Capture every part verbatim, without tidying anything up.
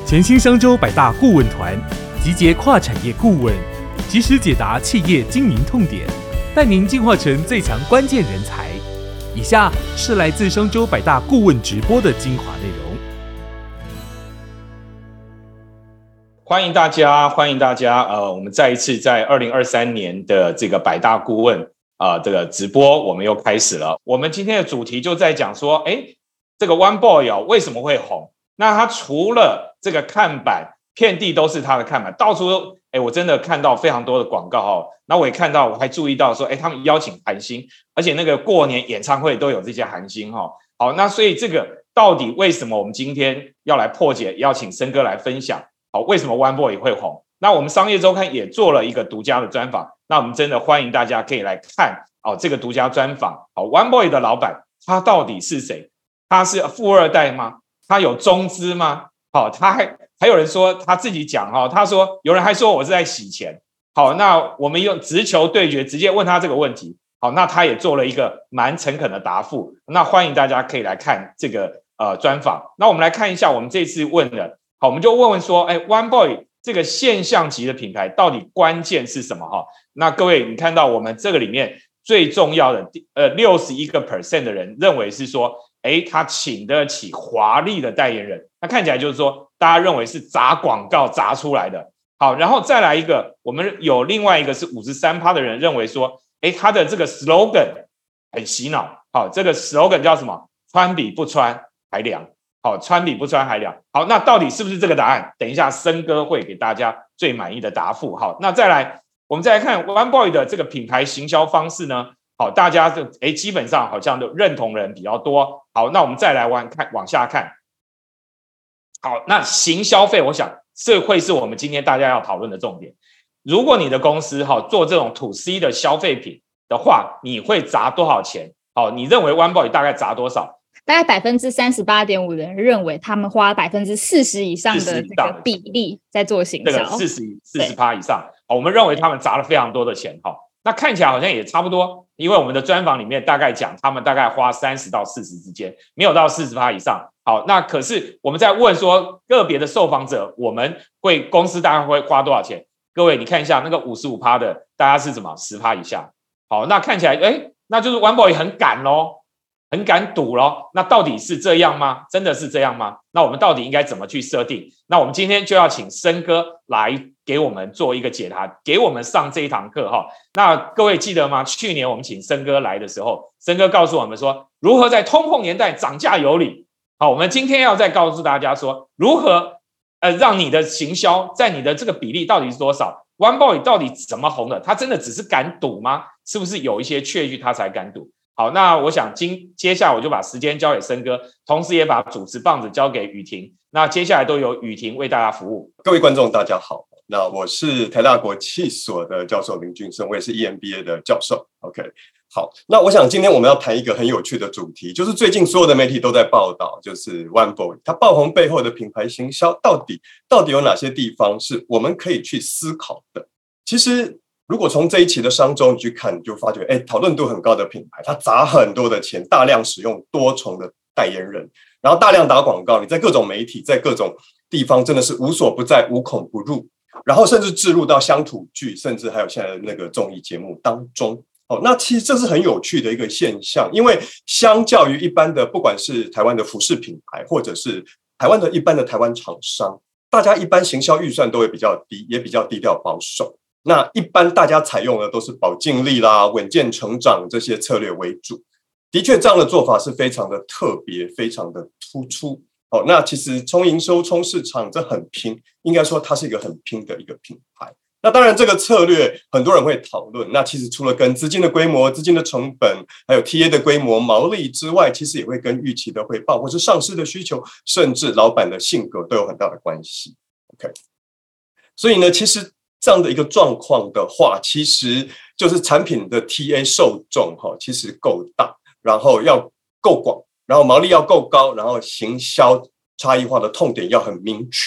全新商周百大顾问团，集结跨产业顾问，及时解答企业经营痛点，带您进化成最强关键人才。以下是来自商周百大顾问直播的精华内容。 欢迎大家，欢迎大家。呃，我们再一次在二零二三年的这个百大顾问啊、呃、这个直播，我们又开始了。我们今天的主题就在讲说，哎，这个 One Boy 哦为什么会红？那他除了这个看板，遍地都是他的看板，到处都，哎，我真的看到非常多的广告哦。那我也看到，我还注意到说，哎，他们邀请韩星，而且那个过年演唱会都有这些韩星哈、哦。好，那所以这个到底为什么我们今天要来破解，邀请森哥来分享？好，为什么 One Boy 会红？那我们商业周刊也做了一个独家的专访，那我们真的欢迎大家可以来看哦这个独家专访。好 ，One Boy 的老板他到底是谁？他是富二代吗？他有中资吗？好，他还还有人说他自己讲哈，他说有人还说我是在洗钱。好，那我们用直球对决，直接问他这个问题。好，那他也做了一个蛮诚恳的答复。那欢迎大家可以来看这个呃专访。那我们来看一下我们这次问的，好，我们就问问说，哎 ，One Boy 这个现象级的品牌到底关键是什么哈？那各位你看到我们这个里面最重要的呃六十一个 percent 的人认为是说。哎，他请得起华丽的代言人，那看起来就是说，大家认为是砸广告砸出来的。好，然后再来一个，我们有另外一个是 百分之五十三 的人认为说，哎，他的这个 slogan 很洗脑。好，这个 slogan 叫什么？穿比不穿还凉。好，穿比不穿还凉。好，那到底是不是这个答案？等一下森哥会给大家最满意的答复。好，那再来，我们再来看 One Boy 的这个品牌行销方式呢？好，大家就诶基本上好像都认同人比较多。好，那我们再来往看往下看。好，那行销费，我想这会是我们今天大家要讨论的重点。如果你的公司哈做这种 to C 的消费品的话，你会砸多少钱？好，你认为 One Boy 大概砸多少？ 大概百分之三十八点五的人认为他们花百分之四十以上的这个比例在做行销， 这个四十四十趴以上。好，我们认为他们砸了非常多的钱哈。那看起来好像也差不多，因为我们的专访里面大概讲他们大概花三十到四十之间，没有到 百分之四十 以上。好，那可是我们在问说个别的受访者，我们会公司大概会花多少钱？各位你看一下那个 百分之五十五 的，大家是怎么 百分之十 以下？好，那看起来哎，那就是 One Boy 很敢咯，很敢赌咯。那到底是这样吗？真的是这样吗？那我们到底应该怎么去设定？那我们今天就要请森哥来给我们做一个解答，给我们上这一堂课哈。那各位记得吗？去年我们请森哥来的时候，森哥告诉我们说，如何在通膨年代涨价有理。好，我们今天要再告诉大家说，如何呃让你的行销在你的这个比例到底是多少 ？One Boy 到底怎么红的？他真的只是敢赌吗？是不是有一些确据他才敢赌？好，那我想今接下来我就把时间交给森哥，同时也把主持棒子交给雨婷。那接下来都由雨婷为大家服务。 各位观众大家好，那我是台大国企所的教授林俊生，我也是 E M B A 的教授。OK， 好，那我想今天我们要谈一个很有趣的主题，就是最近所有的媒体都在报道，就是 One Boy 它爆红背后的品牌行销到底到底有哪些地方是我们可以去思考的。其实如果从这一期的商周你去看，你就发觉哎，讨论度很高的品牌，它砸很多的钱，大量使用多重的代言人，然后大量打广告，你在各种媒体在各种地方真的是无所不在，无孔不入，然后甚至置入到乡土剧，甚至还有现在的那个综艺节目当中。哦，那其实这是很有趣的一个现象，因为相较于一般的不管是台湾的服饰品牌，或者是台湾的一般的台湾厂商，大家一般行销预算都会比较低，也比较低调保守。那一般大家采用的都是保净利啦、稳健成长这些策略为主。的确这样的做法是非常的特别，非常的突出。哦，那其实冲营收冲市场这很拼，应该说它是一个很拼的一个品牌。那当然这个策略很多人会讨论，那其实除了跟资金的规模、资金的成本，还有 T A 的规模、毛利之外，其实也会跟预期的回报，或是上市的需求，甚至老板的性格都有很大的关系。OK， 所以呢，其实这样的一个状况的话，其实就是产品的 T A 受众其实够大，然后要够广，然后毛利要够高，然后行销差异化的痛点要很明确，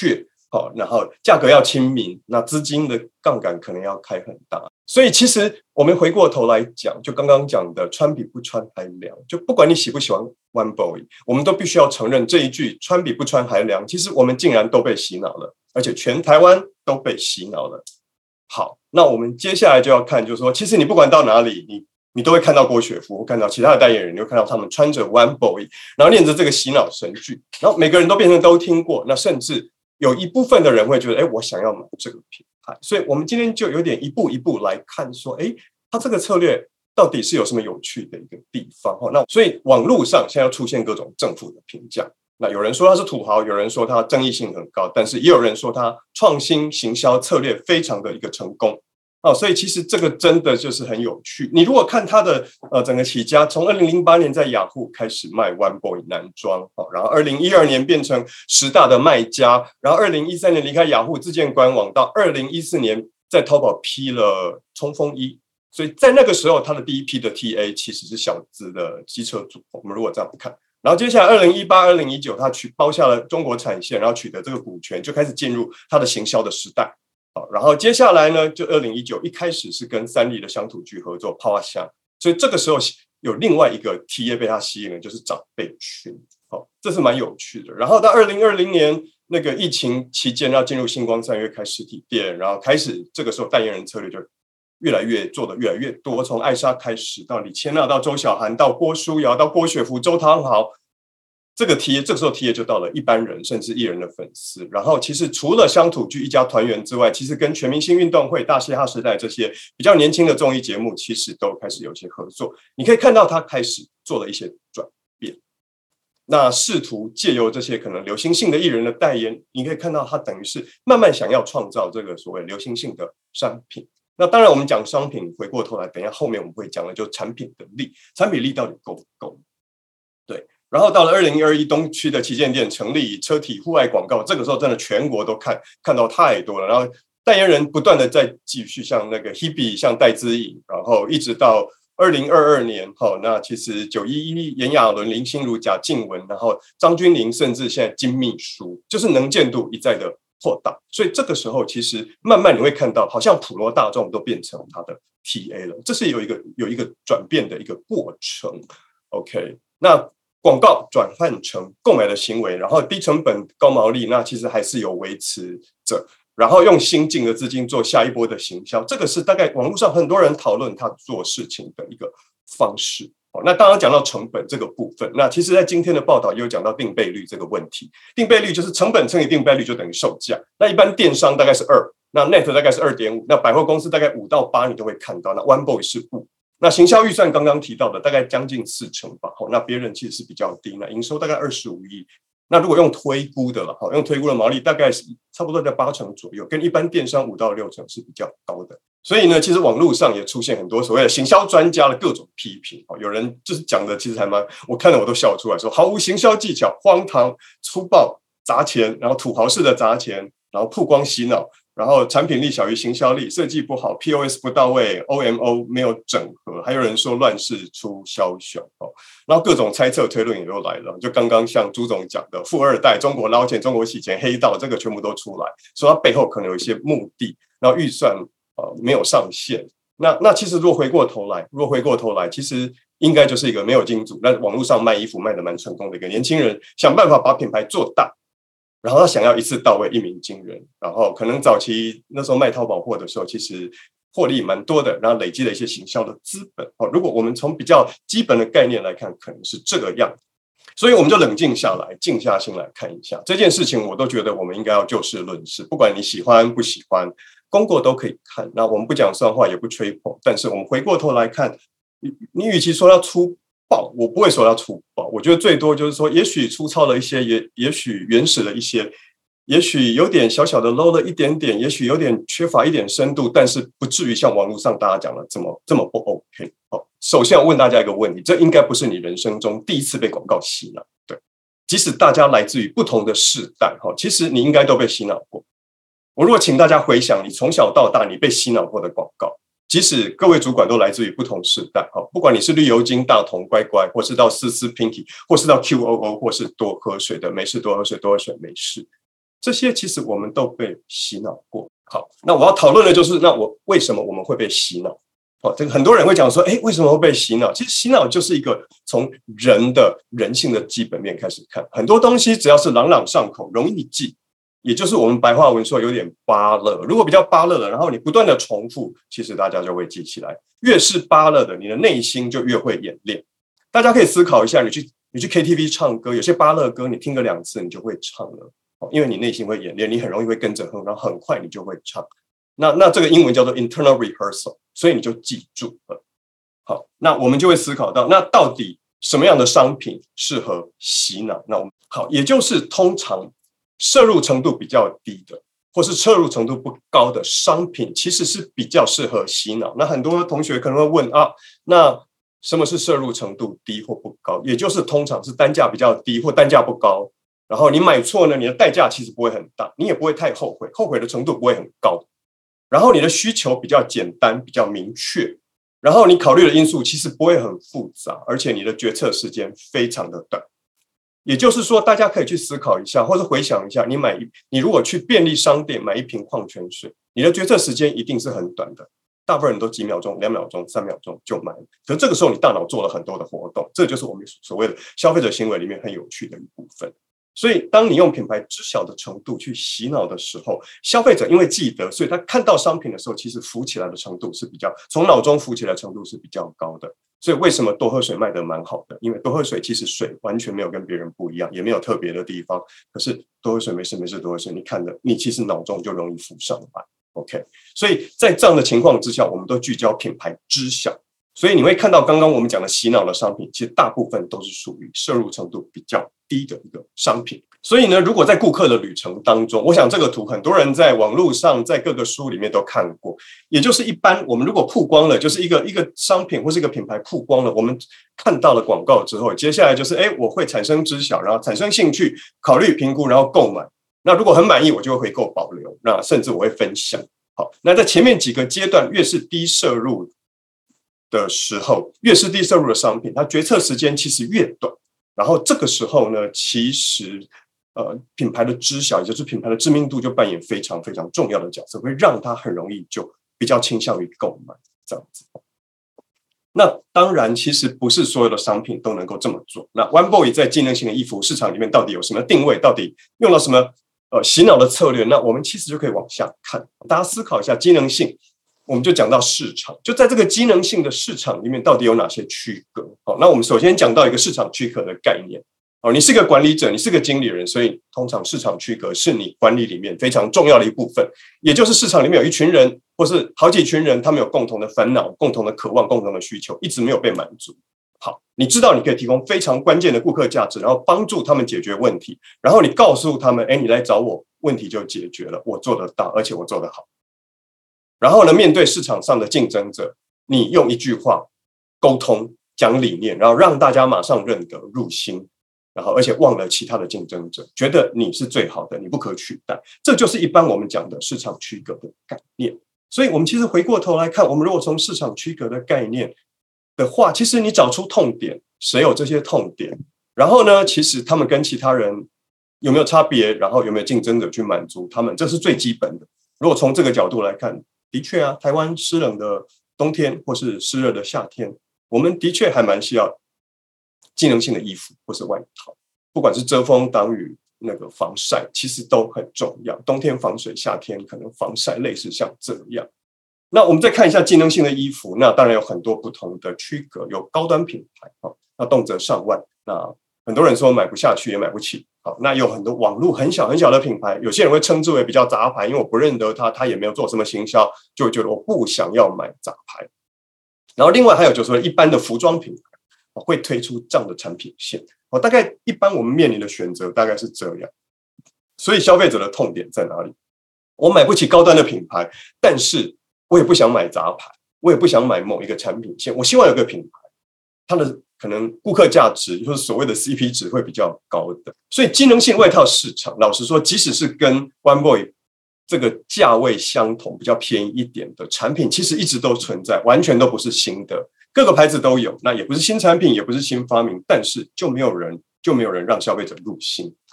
好，然后价格要亲民，那资金的杠杆可能要开很大。所以其实我们回过头来讲，就刚刚讲的穿比不穿还凉，就不管你喜不喜欢 One Boy， 我们都必须要承认这一句穿比不穿还凉，其实我们竟然都被洗脑了，而且全台湾都被洗脑了。好，那我们接下来就要看，就是说，其实你不管到哪里，你你都会看到郭雪芙，看到其他的代言人，你会看到他们穿着 One Boy， 然后念着这个洗脑神句，然后每个人都变成都听过，那甚至有一部分的人会觉得，哎，我想要买这个品牌，所以我们今天就有点一步一步来看，说，哎，它这个策略到底是有什么有趣的一个地方？那所以网络上现在要出现各种正负的评价。那有人说它是土豪，有人说它争议性很高，但是也有人说它创新行销策略非常的一个成功。哦，所以其实这个真的就是很有趣。你如果看它的呃整个起家，从二零零八年在雅虎开始卖 One Boy 男装，哦，然后二零一二年变成十大的卖家，然后二零一三年离开雅虎自建官网，到二零一四年在淘宝批了冲锋衣。所以在那个时候，它的第一批的 T A 其实是小资的机车主。我们如果这样看。然后接下来二零一八、二零一九，他取包下了中国产线，然后取得这个股权，就开始进入他的行销的时代。好，然后接下来呢，就二零一九一开始是跟三立的乡土剧合作泡啊香，所以这个时候有另外一个 T A 被他吸引了，就是长辈群。好，这是蛮有趣的。然后到二零二零年那个疫情期间，要进入星光三月开实体店，然后开始这个时候代言人策略就越来越做的越来越多，从艾莎开始，到李千娜，到周小涵，到郭书瑶，到郭雪芙、周汤豪，这个 T A 这个时候 T A 就到了一般人甚至艺人的粉丝。然后其实除了乡土剧一家团圆之外，其实跟全明星运动会、大嘻哈时代这些比较年轻的综艺节目，其实都开始有一些合作。你可以看到他开始做了一些转变，那试图借由这些可能流行性的艺人的代言，你可以看到他等于是慢慢想要创造这个所谓流行性的商品。那当然我们讲商品，回过头来等一下后面我们会讲的就是产品的力，产品力到底够不够。对，然后到了二零二一东区的旗舰店成立，车体户外广告，这个时候真的全国都看看到太多了，然后代言人不断的在继续，像那个 Hebe 像戴资颖，然后一直到二零二二年，哦，那其实九一一炎亚纶、林心如、贾静雯，然后张钧甯，甚至现在金秘书，就是能见度一再的扩大。所以这个时候其实慢慢你会看到，好像普罗大众都变成他的 T A 了，这是有一个有一个转变的一个过程。OK， 那广告转换成购买的行为，然后低成本高毛利，那其实还是有维持着。然后用新进的资金做下一波的行销，这个是大概网络上很多人讨论他做事情的一个方式。那当然讲到成本这个部分，那其实在今天的报道也有讲到定倍率这个问题。定倍率就是成本乘以定倍率就等于售价。那一般电商大概是二，那 net 大概是 二点五， 那百货公司大概五到八你都会看到，那 One Boy 是五。那行销预算刚刚提到的大概将近四成吧，那别人其实是比较低，那营收大概二十五亿。那如果用推估的了，用推估的毛利大概是差不多在八成左右，跟一般电商五到六成是比较高的。所以呢，其实网络上也出现很多所谓的行销专家的各种批评，有人就是讲的其实还蛮，我看了我都笑出来，说毫无行销技巧，荒唐、粗暴、砸钱，然后土豪式的砸钱，然后曝光洗脑，然后产品力小于行销力，设计不好 ，P O S 不到位 ，O M O 没有整合，还有人说乱世出枭雄，然后各种猜测推论也都来了，就刚刚像朱总讲的，富二代、中国捞钱、中国洗钱、黑道，这个全部都出来，说他背后可能有一些目的，然后预算呃没有上限。那那其实如果回过头来，如果回过头来，其实应该就是一个没有金主，那网络上卖衣服卖得蛮成功的一个年轻人，想办法把品牌做大。然后他想要一次到位一鸣惊人，然后可能早期那时候卖淘宝货的时候，其实获利蛮多的，然后累积了一些行销的资本。如果我们从比较基本的概念来看，可能是这个样子。所以我们就冷静下来，静下心来看一下这件事情，我都觉得我们应该要就事论事，不管你喜欢不喜欢，公过都可以看。那我们不讲算话，也不吹捧，但是我们回过头来看，你你与其说要出爆，我不会说要粗暴，我觉得最多就是说，也许粗糙了一些，也也许原始了一些，也许有点小小的 low 了一点点，也许有点缺乏一点深度，但是不至于像网络上大家讲的这么这么不 OK。好，首先要问大家一个问题，这应该不是你人生中第一次被广告洗脑，对？即使大家来自于不同的世代，其实你应该都被洗脑过。我如果请大家回想，你从小到大你被洗脑过的广告。即使各位主管都来自于不同世代，不管你是绿油精、大同、乖乖，或是到丝丝 Pinky， 或是到 Q O O， 或是多喝水的没事多喝水多喝水没事， 这些其实我们都被洗脑过。好，那我要讨论的就是，那我为什么我们会被洗脑？哦，这个很多人会讲说，哎，为什么会被洗脑？其实洗脑就是一个从人的人性的基本面开始看，很多东西只要是朗朗上口，容易记，也就是我们白话文说有点芭乐。如果比较芭乐的，然后你不断的重复，其实大家就会记起来。越是芭乐的，你的内心就越会演练。大家可以思考一下，你去你去 K T V 唱歌，有些芭乐歌你听个两次你就会唱了，因为你内心会演练，你很容易会跟着哼，然后很快你就会唱。那那这个英文叫做 internal rehearsal， 所以你就记住了。好，那我们就会思考到，那到底什么样的商品适合洗脑？那我们好，也就是通常摄入程度比较低的，或是摄入程度不高的商品，其实是比较适合洗脑。那很多同学可能会问啊，那什么是摄入程度低或不高？也就是通常是单价比较低或单价不高，然后你买错呢，你的代价其实不会很大，你也不会太后悔，后悔的程度不会很高。然后你的需求比较简单，比较明确，然后你考虑的因素其实不会很复杂，而且你的决策时间非常的短。也就是说，大家可以去思考一下，或者回想一下，你买你如果去便利商店买一瓶矿泉水，你的决策时间一定是很短的，大部分人都几秒钟、两秒钟、三秒钟就买了。可是这个时候，你大脑做了很多的活动，这就是我们所谓的消费者行为里面很有趣的一部分。所以当你用品牌知晓的程度去洗脑的时候，消费者因为记得，所以他看到商品的时候，其实浮起来的程度是比较从脑中浮起来的程度是比较高的。所以为什么多喝水卖得蛮好的？因为多喝水其实水完全没有跟别人不一样，也没有特别的地方，可是多喝水没事没事多喝水，你看的你其实脑中就容易浮上来。 OK， 所以在这样的情况之下，我们都聚焦品牌知晓，所以你会看到刚刚我们讲的洗脑的商品，其实大部分都是属于摄入程度比较低的一个商品。所以呢，如果在顾客的旅程当中，我想这个图很多人在网络上在各个书里面都看过，也就是一般我们如果曝光了，就是一个一个商品或是一个品牌曝光了，我们看到了广告之后，接下来就是哎，我会产生知晓，然后产生兴趣，考虑评估，然后购买。那如果很满意，我就会回购保留，那甚至我会分享。好，那在前面几个阶段，越是低摄入的时候，越是低摄入的商品，它决策时间其实越短。然后这个时候呢，其实呃品牌的知晓，也就是品牌的知名度，就扮演非常非常重要的角色，会让它很容易就比较倾向于购买这样子。那当然，其实不是所有的商品都能够这么做。那 One Boy 在机能性的衣服市场里面到底有什么定位？到底用了什么呃洗脑的策略？那我们其实就可以往下看，大家思考一下机能性。我们就讲到市场，就在这个机能性的市场里面，到底有哪些区隔？好，那我们首先讲到一个市场区隔的概念。哦，你是个管理者，你是个经理人，所以通常市场区隔是你管理里面非常重要的一部分。也就是市场里面有一群人，或是好几群人，他们有共同的烦恼、共同的渴望、共同的需求，一直没有被满足。好，你知道你可以提供非常关键的顾客价值，然后帮助他们解决问题，然后你告诉他们，哎，你来找我，问题就解决了，我做得到，而且我做得好。然后呢，面对市场上的竞争者，你用一句话沟通、讲理念，然后让大家马上认得入心，然后而且忘了其他的竞争者，觉得你是最好的，你不可取代。这就是一般我们讲的市场区隔的概念。所以我们其实回过头来看，我们如果从市场区隔的概念的话，其实你找出痛点，谁有这些痛点，然后呢，其实他们跟其他人有没有差别，然后有没有竞争者去满足他们，这是最基本的。如果从这个角度来看，的确啊，台湾湿冷的冬天或是湿热的夏天，我们的确还蛮需要机能性的衣服或是外套，不管是遮风挡雨、那个防晒，其实都很重要。冬天防水，夏天可能防晒，类似像这样。那我们再看一下机能性的衣服，那当然有很多不同的区隔，有高端品牌，那动辄上万，那很多人说买不下去也买不起。好，那有很多网络很小很小的品牌，有些人会称之为比较杂牌，因为我不认得他，他也没有做什么行销，就觉得我不想要买杂牌。然后另外还有就是说，一般的服装品牌会推出这样的产品线，大概一般我们面临的选择大概是这样。所以消费者的痛点在哪里？我买不起高端的品牌，但是我也不想买杂牌，我也不想买某一个产品线，我希望有个品牌，它的可能顾客价值就是所谓的 C P 值会比较高的。所以机能性外套市场，老实说，即使是跟 One Boy 这个价位相同、比较便宜一点的产品，其实一直都存在，完全都不是新的，各个牌子都有，那也不是新产品，也不是新发明，但是就没有人就没有人让消费者入心。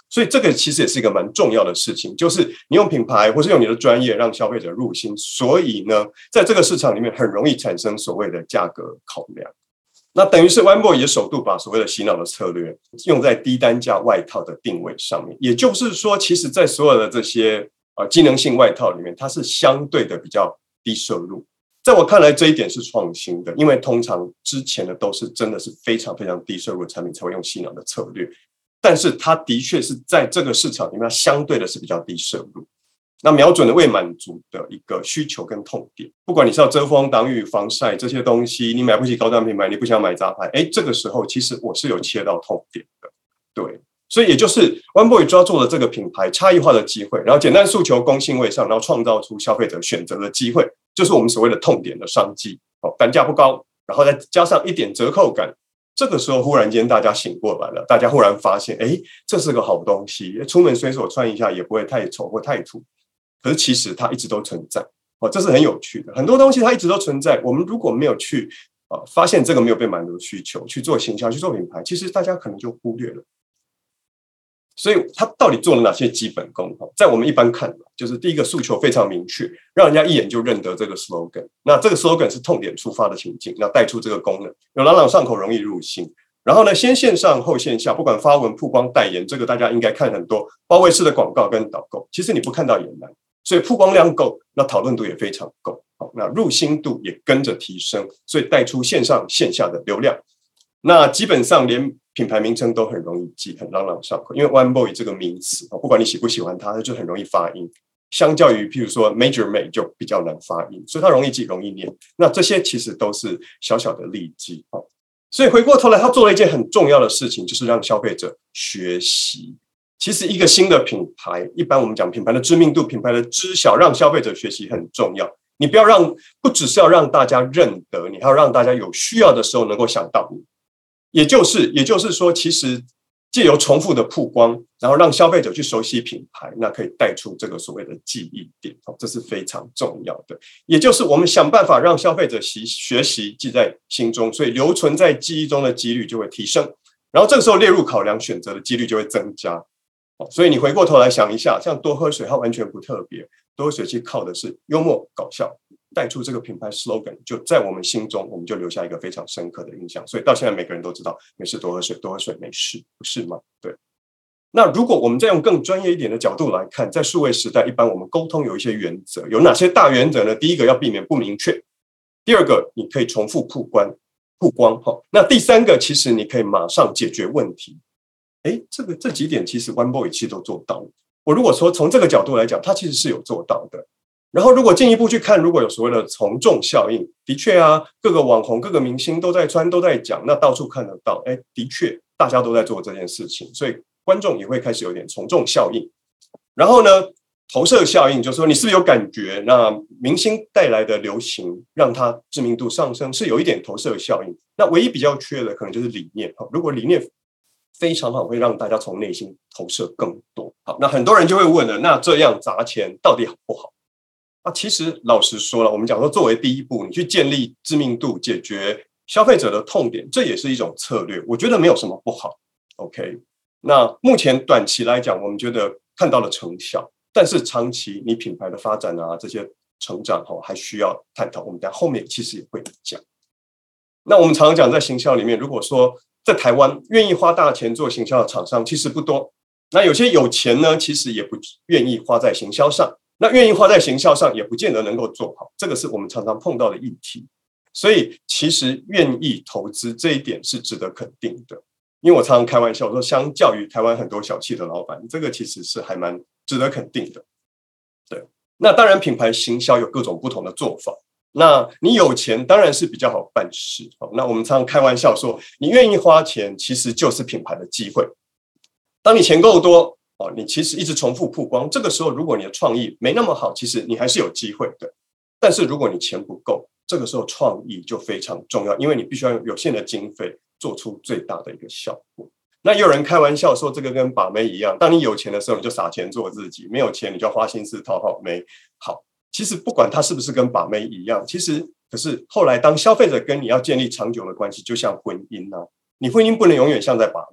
所以这个其实也是一个蛮重要的事情，就是你用品牌或是用你的专业让消费者入心，所以呢，在这个市场里面很容易产生所谓的价格考量。那等于是 One Boy 也首度把所谓的洗脑的策略用在低单价外套的定位上面，也就是说，其实在所有的这些呃机能性外套里面，它是相对的比较低摄入。在我看来，这一点是创新的，因为通常之前的都是真的是非常非常低摄入的产品才会用洗脑的策略。但是它的确是在这个市场里面相对的是比较低摄入，那瞄准了未满足的一个需求跟痛点，不管你是要遮风挡雨防晒这些东西，你买不起高端品牌，你不想买杂牌，哎，这个时候其实我是有切到痛点的。对，所以也就是 One Boy 抓住了这个品牌差异化的机会，然后简单诉求公信位上，然后创造出消费者选择的机会，就是我们所谓的痛点的商机。哦，单价不高，然后再加上一点折扣感，这个时候忽然间大家醒过来了，大家忽然发现，哎，这是个好东西，出门随手穿一下也不会太丑或太土。可是其实它一直都存在，哦，这是很有趣的。很多东西它一直都存在，我们如果没有去呃发现这个没有被满足的需求，去做行销，去做品牌，其实大家可能就忽略了。所以它到底做了哪些基本功？在我们一般看，就是第一个诉求非常明确，让人家一眼就认得这个 slogan。那这个 slogan 是痛点出发的情境，那带出这个功能，有朗朗上口，容易入心。然后呢，先线上后线下，不管发文、曝光、代言，这个大家应该看很多包围式的广告跟导购，其实你不看到也难。所以曝光量够，那讨论度也非常够，那入心度也跟着提升，所以带出线上线下的流量。那基本上连品牌名称都很容易记，很朗朗上口，因为 One Boy 这个名词，不管你喜不喜欢它，它就很容易发音。相较于譬如说 Major May 就比较难发音，所以它容易记、容易念。那这些其实都是小小的利基。所以回过头来，他做了一件很重要的事情，就是让消费者学习。其实一个新的品牌，一般我们讲品牌的知名度、品牌的知晓，让消费者学习很重要。你不要让，不只是要让大家认得，你还要让大家有需要的时候能够想到你。也就是，也就是说，其实藉由重复的曝光，然后让消费者去熟悉品牌，那可以带出这个所谓的记忆点，这是非常重要的。也就是我们想办法让消费者习学习记在心中，所以留存在记忆中的几率就会提升，然后这个时候列入考量选择的几率就会增加。所以你回过头来想一下，像多喝水，它完全不特别，多喝水其实靠的是幽默搞笑，带出这个品牌 slogan， 就在我们心中，我们就留下一个非常深刻的印象。所以到现在每个人都知道，没事多喝水，多喝水没事，不是吗？对。那如果我们再用更专业一点的角度来看，在数位时代，一般我们沟通有一些原则，有哪些大原则呢？第一个要避免不明确，第二个你可以重复曝光，曝光哈。那第三个其实你可以马上解决问题。哎，这个这几点其实 One Boy 其实都做到了。我如果说从这个角度来讲，它其实是有做到的。然后如果进一步去看，如果有所谓的从众效应，的确啊，各个网红、各个明星都在穿、都在讲，那到处看得到。哎，的确大家都在做这件事情，所以观众也会开始有点从众效应。然后呢，投射效应就是说你是不是有感觉？那明星带来的流行让它知名度上升，是有一点投射效应。那唯一比较缺的可能就是理念。如果理念非常好，会让大家从内心投射更多。好，那很多人就会问了，那这样砸钱到底好不好？啊，其实老实说了，我们讲说作为第一步，你去建立知名度，解决消费者的痛点，这也是一种策略，我觉得没有什么不好。OK， 那目前短期来讲，我们觉得看到了成效，但是长期你品牌的发展啊，这些成长哦，还需要探讨。我们在后面其实也会讲。那我们常常讲在行销里面，如果说在台湾愿意花大钱做行销的厂商其实不多，那有些有钱呢，其实也不愿意花在行销上，那愿意花在行销上也不见得能够做好，这个是我们常常碰到的议题。所以其实愿意投资这一点是值得肯定的，因为我常常开玩笑说，相较于台湾很多小企的老板，这个其实是还蛮值得肯定的。对，那当然品牌行销有各种不同的做法，那你有钱当然是比较好办事。那我们常常开玩笑说，你愿意花钱其实就是品牌的机会。当你钱够多，你其实一直重复曝光，这个时候如果你的创意没那么好，其实你还是有机会的。但是如果你钱不够，这个时候创意就非常重要，因为你必须要用有限的经费做出最大的一个效果。那也有人开玩笑说，这个跟把妹一样，当你有钱的时候你就撒钱做自己，没有钱你就花心思讨好妹。好，其实不管它是不是跟把妹一样，其实可是后来当消费者跟你要建立长久的关系，就像婚姻啊，你婚姻不能永远像在把妹，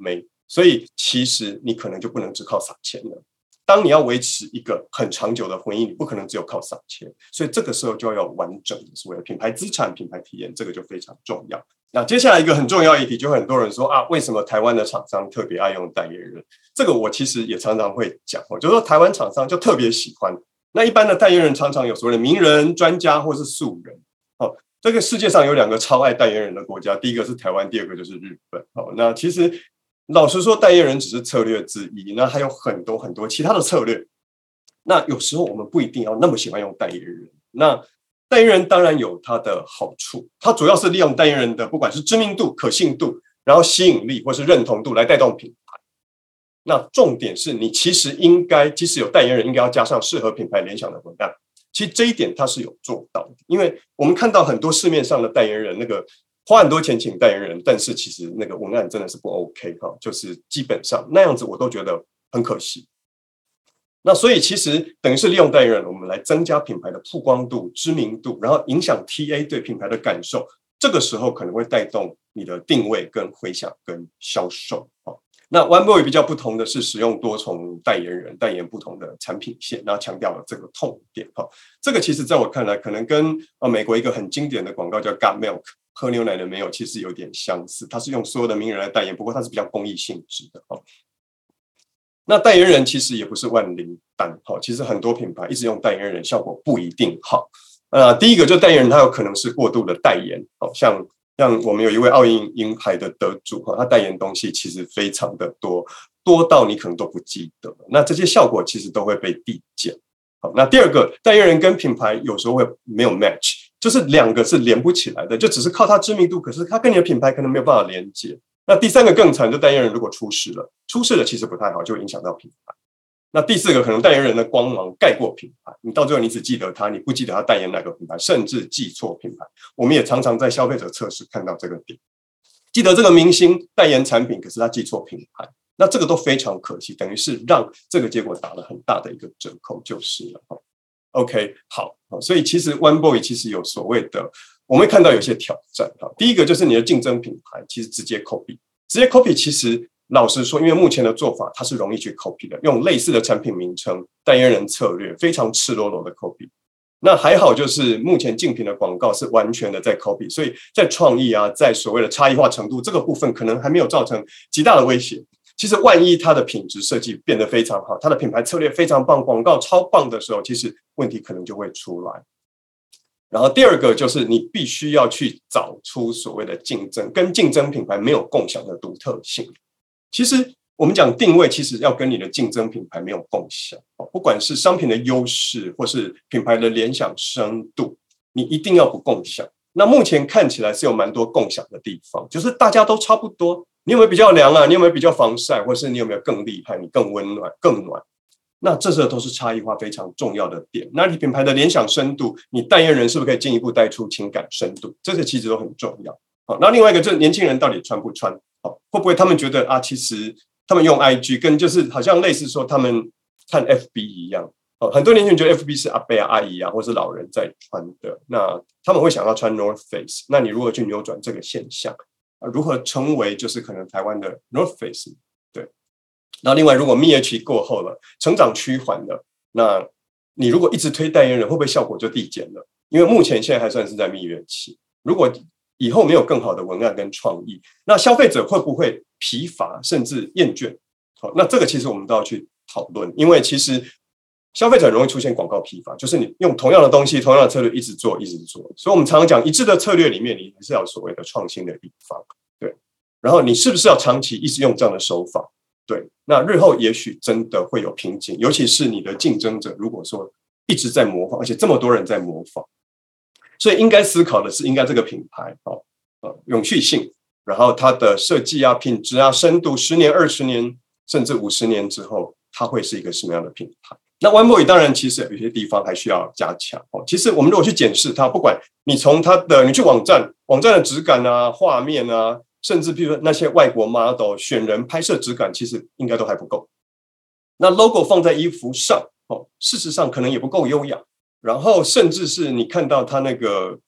所以其实你可能就不能只靠撒钱了。当你要维持一个很长久的婚姻，你不可能只有靠撒钱，所以这个时候就要有完整的所谓的品牌资产、品牌体验，这个就非常重要。那接下来一个很重要议题，就很多人说啊，为什么台湾的厂商特别爱用代言人？这个我其实也常常会讲，就是说台湾厂商就特别喜欢。那一般的代言人常常有所谓的名人、专家或是素人。哦，这个世界上有两个超爱代言人的国家，第一个是台湾，第二个就是日本。哦，那其实老实说，代言人只是策略之一，那还有很多很多其他的策略。那有时候我们不一定要那么喜欢用代言人。那代言人当然有它的好处，它主要是利用代言人的不管是知名度、可信度，然后吸引力或是认同度来带动品牌。那重点是你其实应该，即使有代言人，应该要加上适合品牌联想的文案。其实这一点它是有做到的，因为我们看到很多市面上的代言人，那个花很多钱请代言人，但是其实那个文案真的是不 OK 哈，就是基本上那样子我都觉得很可惜。那所以其实等于是利用代言人，我们来增加品牌的曝光度、知名度，然后影响 T A 对品牌的感受，这个时候可能会带动你的定位跟回响跟销售。那 OneBoy 比较不同的是使用多重代言人，代言不同的产品线，然后强调了这个痛点。这个其实在我看来可能跟美国一个很经典的广告叫 Got Milk， 喝牛奶的没有，其实有点相似，它是用所有的名人来代言，不过它是比较公益性质的。那代言人其实也不是万灵丹，其实很多品牌一直用代言人效果不一定好。呃，第一个就代言人他有可能是过度的代言，像像我们有一位奥运银牌的得主，他代言东西其实非常的多，多到你可能都不记得，那这些效果其实都会被递减。好，那第二个，代言人跟品牌有时候会没有 match， 就是两个是连不起来的，就只是靠他知名度，可是他跟你的品牌可能没有办法连接。那第三个更惨，就代言人如果出事了，出事了其实不太好，就会影响到品牌。那第四个，可能代言人的光芒盖过品牌，你到最后你只记得他，你不记得他代言哪个品牌，甚至记错品牌。我们也常常在消费者测试看到这个点，记得这个明星代言产品，可是他记错品牌，那这个都非常可惜，等于是让这个结果打了很大的一个折扣就是了。OK， 好，所以其实 OneBoy 其实有所谓的，我们会看到有些挑战。第一个就是你的竞争品牌其实直接 copy， 直接 copy 其实老实说，因为目前的做法它是容易去 copy 的，用类似的产品名称、代言人策略，非常赤裸裸的 copy。那还好，就是目前竞品的广告是完全的在 copy， 所以在创意啊，在所谓的差异化程度这个部分，可能还没有造成极大的威胁。其实万一它的品质设计变得非常好，它的品牌策略非常棒，广告超棒的时候，其实问题可能就会出来。然后第二个就是你必须要去找出所谓的竞争跟竞争品牌没有共享的独特性。其实我们讲定位，其实要跟你的竞争品牌没有共享，不管是商品的优势或是品牌的联想深度，你一定要不共享。那目前看起来是有蛮多共享的地方，就是大家都差不多。你有没有比较凉啊？你有没有比较防晒？或是你有没有更厉害？你更温暖、更暖？那这些都是差异化非常重要的点。那你品牌的联想深度，你代言人是不是可以进一步带出情感深度？这些其实都很重要。好，那另外一个就是年轻人到底穿不穿？好，会不会他们觉得啊，其实他们用 I G 跟就是好像类似说他们看 F B 一样。哦，很多年轻人觉得 F B 是阿伯啊、阿姨啊，或是老人在穿的，那他们会想要穿 North Face。那你如何去扭转这个现象？如何成为就是可能台湾的 North Face？ 对。那另外，如果蜜月期过后了，成长趋缓了，那你如果一直推代言人，会不会效果就递减了？因为目前现在还算是在蜜月期，如果以后没有更好的文案跟创意，那消费者会不会疲乏甚至厌倦？好，那这个其实我们都要去讨论，因为其实消费者很容易出现广告疲乏，就是你用同样的东西、同样的策略一直做、一直做。所以我们常常讲，一致的策略里面，你还是要有所谓的创新的地方，对。然后你是不是要长期一直用这样的手法？对。那日后也许真的会有瓶颈，尤其是你的竞争者如果说一直在模仿，而且这么多人在模仿，所以应该思考的是，应该这个品牌哦，呃，永续性，然后它的设计啊、品质啊、深度，十年、二十年甚至五十年之后，它会是一个什么样的品牌？那 OneBoy 当然其实有些地方还需要加强。其实我们如果去检视它，不管你从它的你去网站网站的质感啊、画面啊，甚至比如说那些外国 model 选人拍摄质感，其实应该都还不够。那 logo 放在衣服上，事实上可能也不够优雅。然后甚至是你看到它那个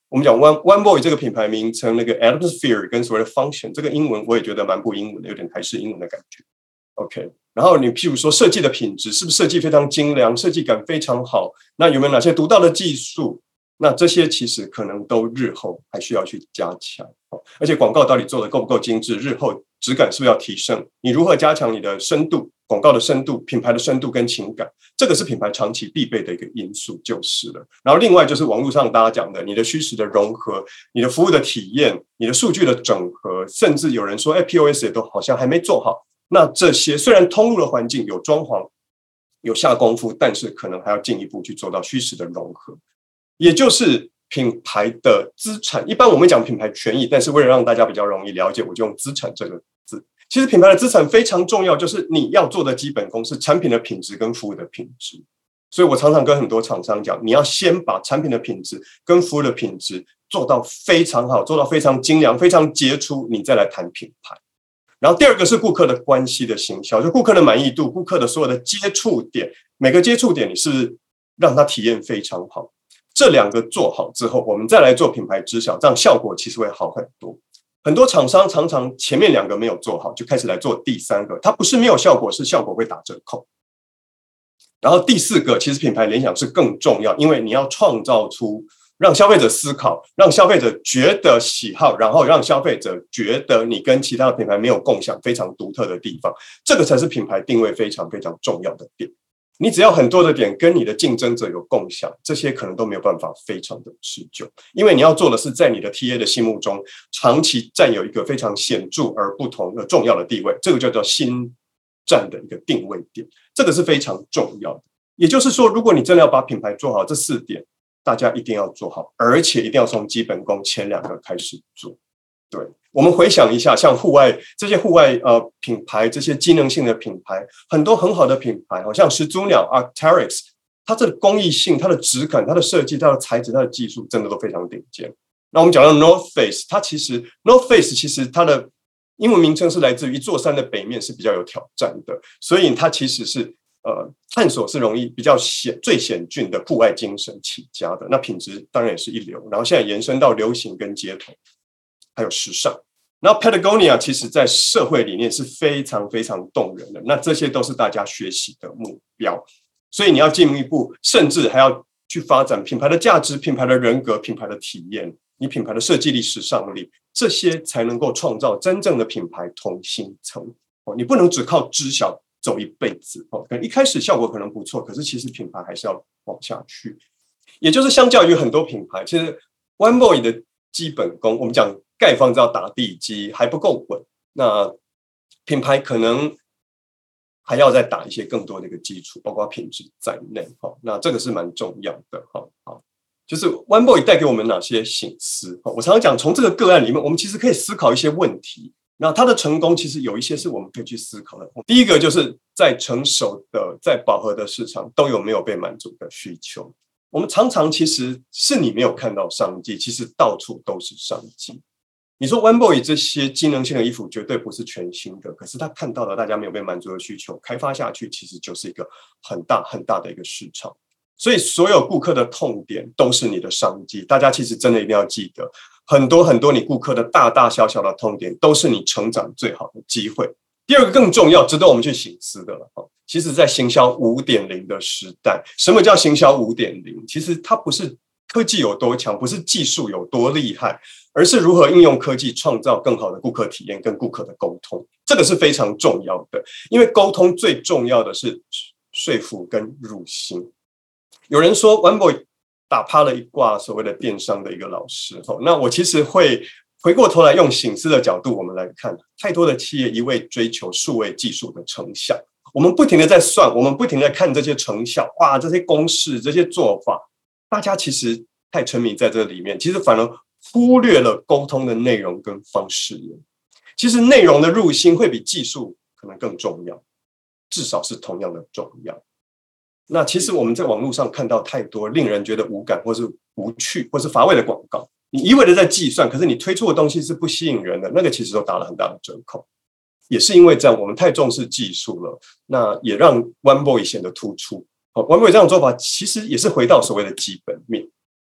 我们讲 One One Boy 这个品牌名称，那个 atmosphere 跟所谓的 function， 这个英文我也觉得蛮不英文的，有点台式英文的感觉。OK， 然后你譬如说设计的品质，是不是设计非常精良，设计感非常好？那有没有哪些独到的技术？那这些其实可能都日后还需要去加强。而且广告到底做得够不够精致，日后质感是不是要提升？你如何加强你的深度，广告的深度，品牌的深度跟情感，这个是品牌长期必备的一个因素就是了。然后另外就是网络上大家讲的，你的虚实的融合，你的服务的体验，你的数据的整合，甚至有人说，哎 ，P O S 也都好像还没做好。那这些虽然通路的环境有装潢，有下功夫，但是可能还要进一步去做到虚实的融合，也就是品牌的资产。一般我们讲品牌权益，但是为了让大家比较容易了解，我就用资产这个字。其实品牌的资产非常重要，就是你要做的基本功是产品的品质跟服务的品质。所以我常常跟很多厂商讲，你要先把产品的品质跟服务的品质做到非常好，做到非常精良，非常杰出，你再来谈品牌。然后第二个是顾客的关系的行销，就顾客的满意度，顾客的所有的接触点，每个接触点你是让他体验非常好。这两个做好之后，我们再来做品牌知晓，这样效果其实会好很多。很多厂商常常前面两个没有做好，就开始来做第三个，它不是没有效果，是效果会打折扣。然后第四个，其实品牌联想是更重要，因为你要创造出让消费者思考，让消费者觉得喜好，然后让消费者觉得你跟其他的品牌没有共享非常独特的地方，这个才是品牌定位非常非常重要的点。你只要很多的点跟你的竞争者有共享，这些可能都没有办法非常的持久，因为你要做的是在你的 T A 的心目中长期占有一个非常显著而不同的重要的地位，这个叫做新站的一个定位点，这个是非常重要的。也就是说，如果你真的要把品牌做好，这四点大家一定要做好，而且一定要从基本功前两个开始做。对，我们回想一下，像户外这些户外呃品牌，这些机能性的品牌，很多很好的品牌，好像始祖鸟 Arc'teryx， 它这个工艺性、它的质感、它的设计、它的材质、它的技术，真的都非常顶尖。那我们讲到 North Face， 它其实 North Face 其实它的英文名称是来自于一座山的北面是比较有挑战的，所以它其实是呃探索是容易比较险最险峻的户外精神起家的，那品质当然也是一流。然后现在延伸到流行跟街头。还有时尚，然后 Patagonia 其实在社会理念是非常非常动人的，那这些都是大家学习的目标，所以你要进一步，甚至还要去发展品牌的价值、品牌的人格、品牌的体验，你品牌的设计力、时尚力，这些才能够创造真正的品牌同心层。你不能只靠知晓走一辈子，可能一开始效果可能不错，可是其实品牌还是要往下去。也就是相较于很多品牌，其实 One Boy 的基本功，我们讲盖房子要打地基还不够稳，那品牌可能还要再打一些更多的一个基础，包括品质在内。那这个是蛮重要的。就是 One Boy 带给我们哪些省思？我常常讲，从这个个案里面，我们其实可以思考一些问题。那它的成功其实有一些是我们可以去思考的。第一个就是在成熟的、在饱和的市场都有没有被满足的需求。我们常常其实是你没有看到商机，其实到处都是商机。你说 One Boy 这些机能性的衣服绝对不是全新的，可是他看到了大家没有被满足的需求，开发下去其实就是一个很大很大的一个市场。所以所有顾客的痛点都是你的商机，大家其实真的一定要记得，很多很多你顾客的大大小小的痛点都是你成长最好的机会。第二个更重要，值得我们去省思的了。其实在行销 五点零 的时代，什么叫行销 五点零？ 其实它不是科技有多强，不是技术有多厉害，而是如何应用科技创造更好的顾客体验跟顾客的沟通，这个是非常重要的。因为沟通最重要的是说服跟入心。有人说 One Boy 打趴了一挂所谓的电商的一个老师，那我其实会回过头来用省思的角度我们来看，太多的企业一味追求数位技术的成效，我们不停的在算，我们不停的看这些成效，哇，这些公式，这些做法，大家其实太沉迷在这里面，其实反而忽略了沟通的内容跟方式。其实内容的入心会比技术可能更重要，至少是同样的重要。那其实我们在网络上看到太多令人觉得无感或是无趣或是乏味的广告，你一味的在计算，可是你推出的东西是不吸引人的，那个其实都打了很大的折扣。也是因为这样，我们太重视技术了，那也让 One Boy 显得突出。One Boy 这样的做法其实也是回到所谓的基本面。所以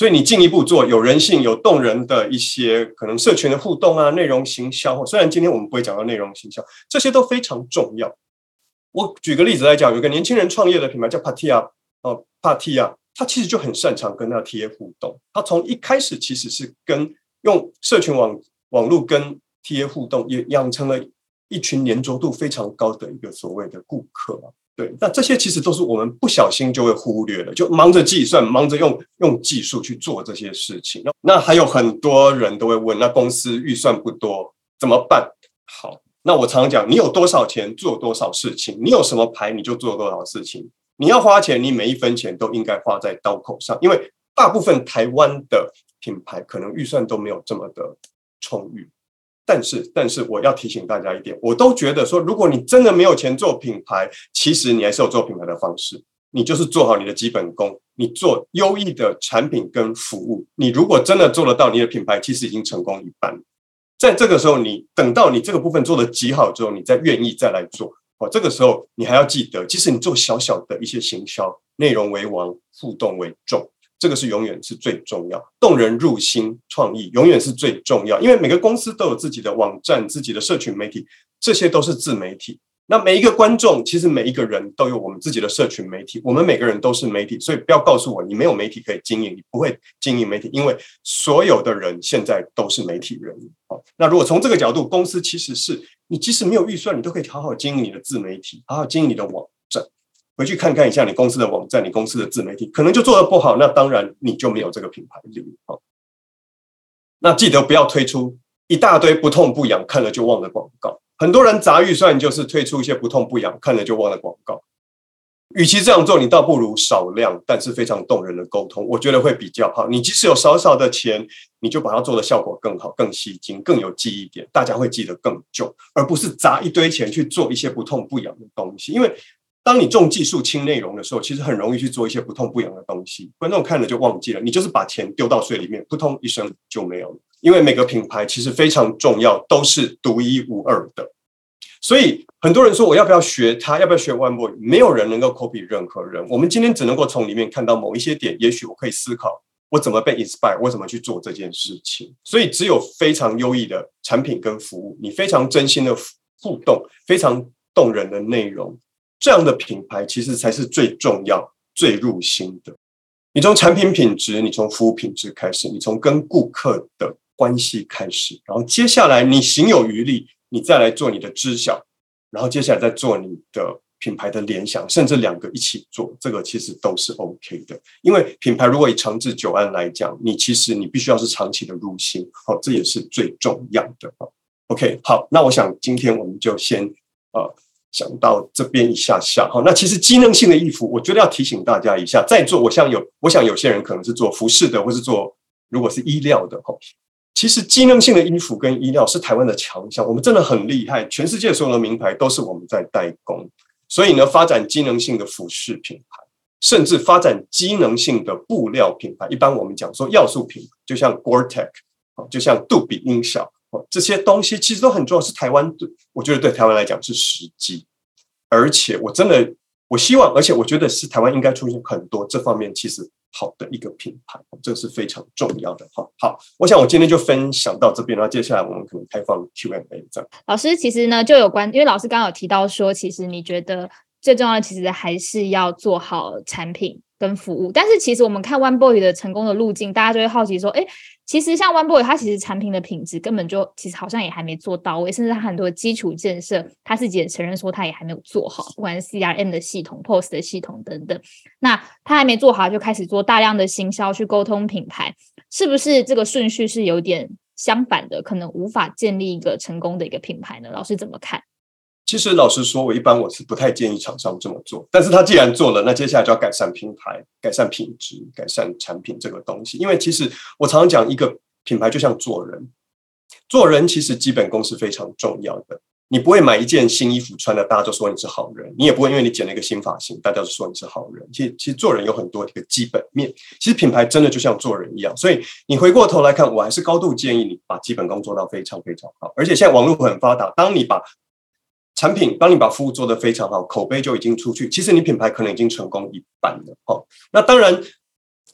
所以你进一步做有人性、有动人的一些可能社群的互动啊，内容行销。虽然今天我们不会讲到内容行销，这些都非常重要。我举个例子来讲，有个年轻人创业的品牌叫 Patia， 哦 Patia， 他其实就很擅长跟他 T A 互动。他从一开始其实是跟用社群网网络跟 T A 互动，也养成了一群黏着度非常高的一个所谓的顾客。对，那这些其实都是我们不小心就会忽略的，就忙着计算，忙着用用技术去做这些事情。那还有很多人都会问，那公司预算不多怎么办？好，那我常常讲，你有多少钱做多少事情，你有什么牌你就做多少事情。你要花钱，你每一分钱都应该花在刀口上，因为大部分台湾的品牌可能预算都没有这么的充裕。但是，但是我要提醒大家一点，我都觉得说，如果你真的没有钱做品牌，其实你还是有做品牌的方式，你就是做好你的基本功，你做优异的产品跟服务。你如果真的做得到，你的品牌其实已经成功一半。在这个时候，你等到你这个部分做得极好之后，你再愿意再来做。哦，这个时候你还要记得，即使你做小小的一些行销，内容为王，互动为重。这个是永远是最重要，动人入心，创意永远是最重要。因为每个公司都有自己的网站、自己的社群媒体，这些都是自媒体。那每一个观众，其实每一个人都有我们自己的社群媒体，我们每个人都是媒体，所以不要告诉我你没有媒体可以经营，你不会经营媒体，因为所有的人现在都是媒体人。那如果从这个角度，公司其实是你即使没有预算，你都可以好好经营你的自媒体，好好经营你的网站。回去看看一下你公司的网站，你公司的自媒体可能就做得不好，那当然你就没有这个品牌力。那记得不要推出一大堆不痛不痒看了就忘的广告。很多人砸预算就是推出一些不痛不痒看了就忘的广告。与其这样做，你倒不如少量但是非常动人的沟通，我觉得会比较好。你即使有少少的钱，你就把它做的效果更好、更吸睛、更有记忆点，大家会记得更久，而不是砸一堆钱去做一些不痛不痒的东西。因为当你重技术轻内容的时候，其实很容易去做一些不痛不痒的东西，观众看了就忘记了，你就是把钱丢到水里面，扑通一声就没有了。因为每个品牌其实非常重要，都是独一无二的。所以很多人说我要不要学他，要不要学 OneBoy， 没有人能够 copy 任何人。我们今天只能够从里面看到某一些点，也许我可以思考我怎么被 inspire， 我怎么去做这件事情。所以只有非常优异的产品跟服务，你非常真心的互动，非常动人的内容，这样的品牌其实才是最重要、最入心的。你从产品品质，你从服务品质开始，你从跟顾客的关系开始，然后接下来你行有余力，你再来做你的知晓，然后接下来再做你的品牌的联想，甚至两个一起做，这个其实都是 OK 的。因为品牌如果以长治久安来讲，你其实你必须要是长期的入心，好，这也是最重要的。OK， 好，那我想今天我们就先呃。讲到这边一下下，那其实机能性的衣服，我觉得要提醒大家一下，在座我想有，我想有些人可能是做服饰的，或是做如果是医疗的，其实机能性的衣服跟医疗是台湾的强项，我们真的很厉害，全世界所有的名牌都是我们在代工，所以呢，发展机能性的服饰品牌，甚至发展机能性的布料品牌，一般我们讲说要素品牌，就像 Gore-Tex， 就像杜比音效。这些东西其实都很重要，是台湾，我觉得对台湾来讲是时机，而且我真的我希望，而且我觉得是台湾应该出现很多这方面其实好的一个品牌，这是非常重要的。好，我想我今天就分享到这边，然后接下来我们可能开放 Q and A 这样。 老师其实呢就有关，因为老师刚刚有提到说，其实你觉得最重要的其实还是要做好产品跟服务，但是其实我们看 OneBoy 的成功的路径，大家就会好奇说，哎，其实像 OneBoy 它其实产品的品质根本就其实好像也还没做到位，甚至它很多基础建设他自己也承认说他也还没有做好，不管是 C R M 的系统 P O S 的系统等等，那他还没做好就开始做大量的行销去沟通品牌，是不是这个顺序是有点相反的，可能无法建立一个成功的一个品牌呢？老师怎么看？ 其实老实说，我一般我是不太建议厂商这么做，但是他既然做了，那接下来就要改善品牌、改善品质、改善产品这个东西。因为其实我常常讲，一个品牌就像做人，做人其实基本功是非常重要的。你不会买一件新衣服穿了，大家就说你是好人；你也不会因为你剪了一个新发型，大家就说你是好人。其实，其实做人有很多一个基本面，其实品牌真的就像做人一样。所以你回过头来看，我还是高度建议你把基本功做到非常非常好。而且现在网络很发达，当你把产品，当你把服务做得非常好，口碑就已经出去，其实你品牌可能已经成功一半了。那当然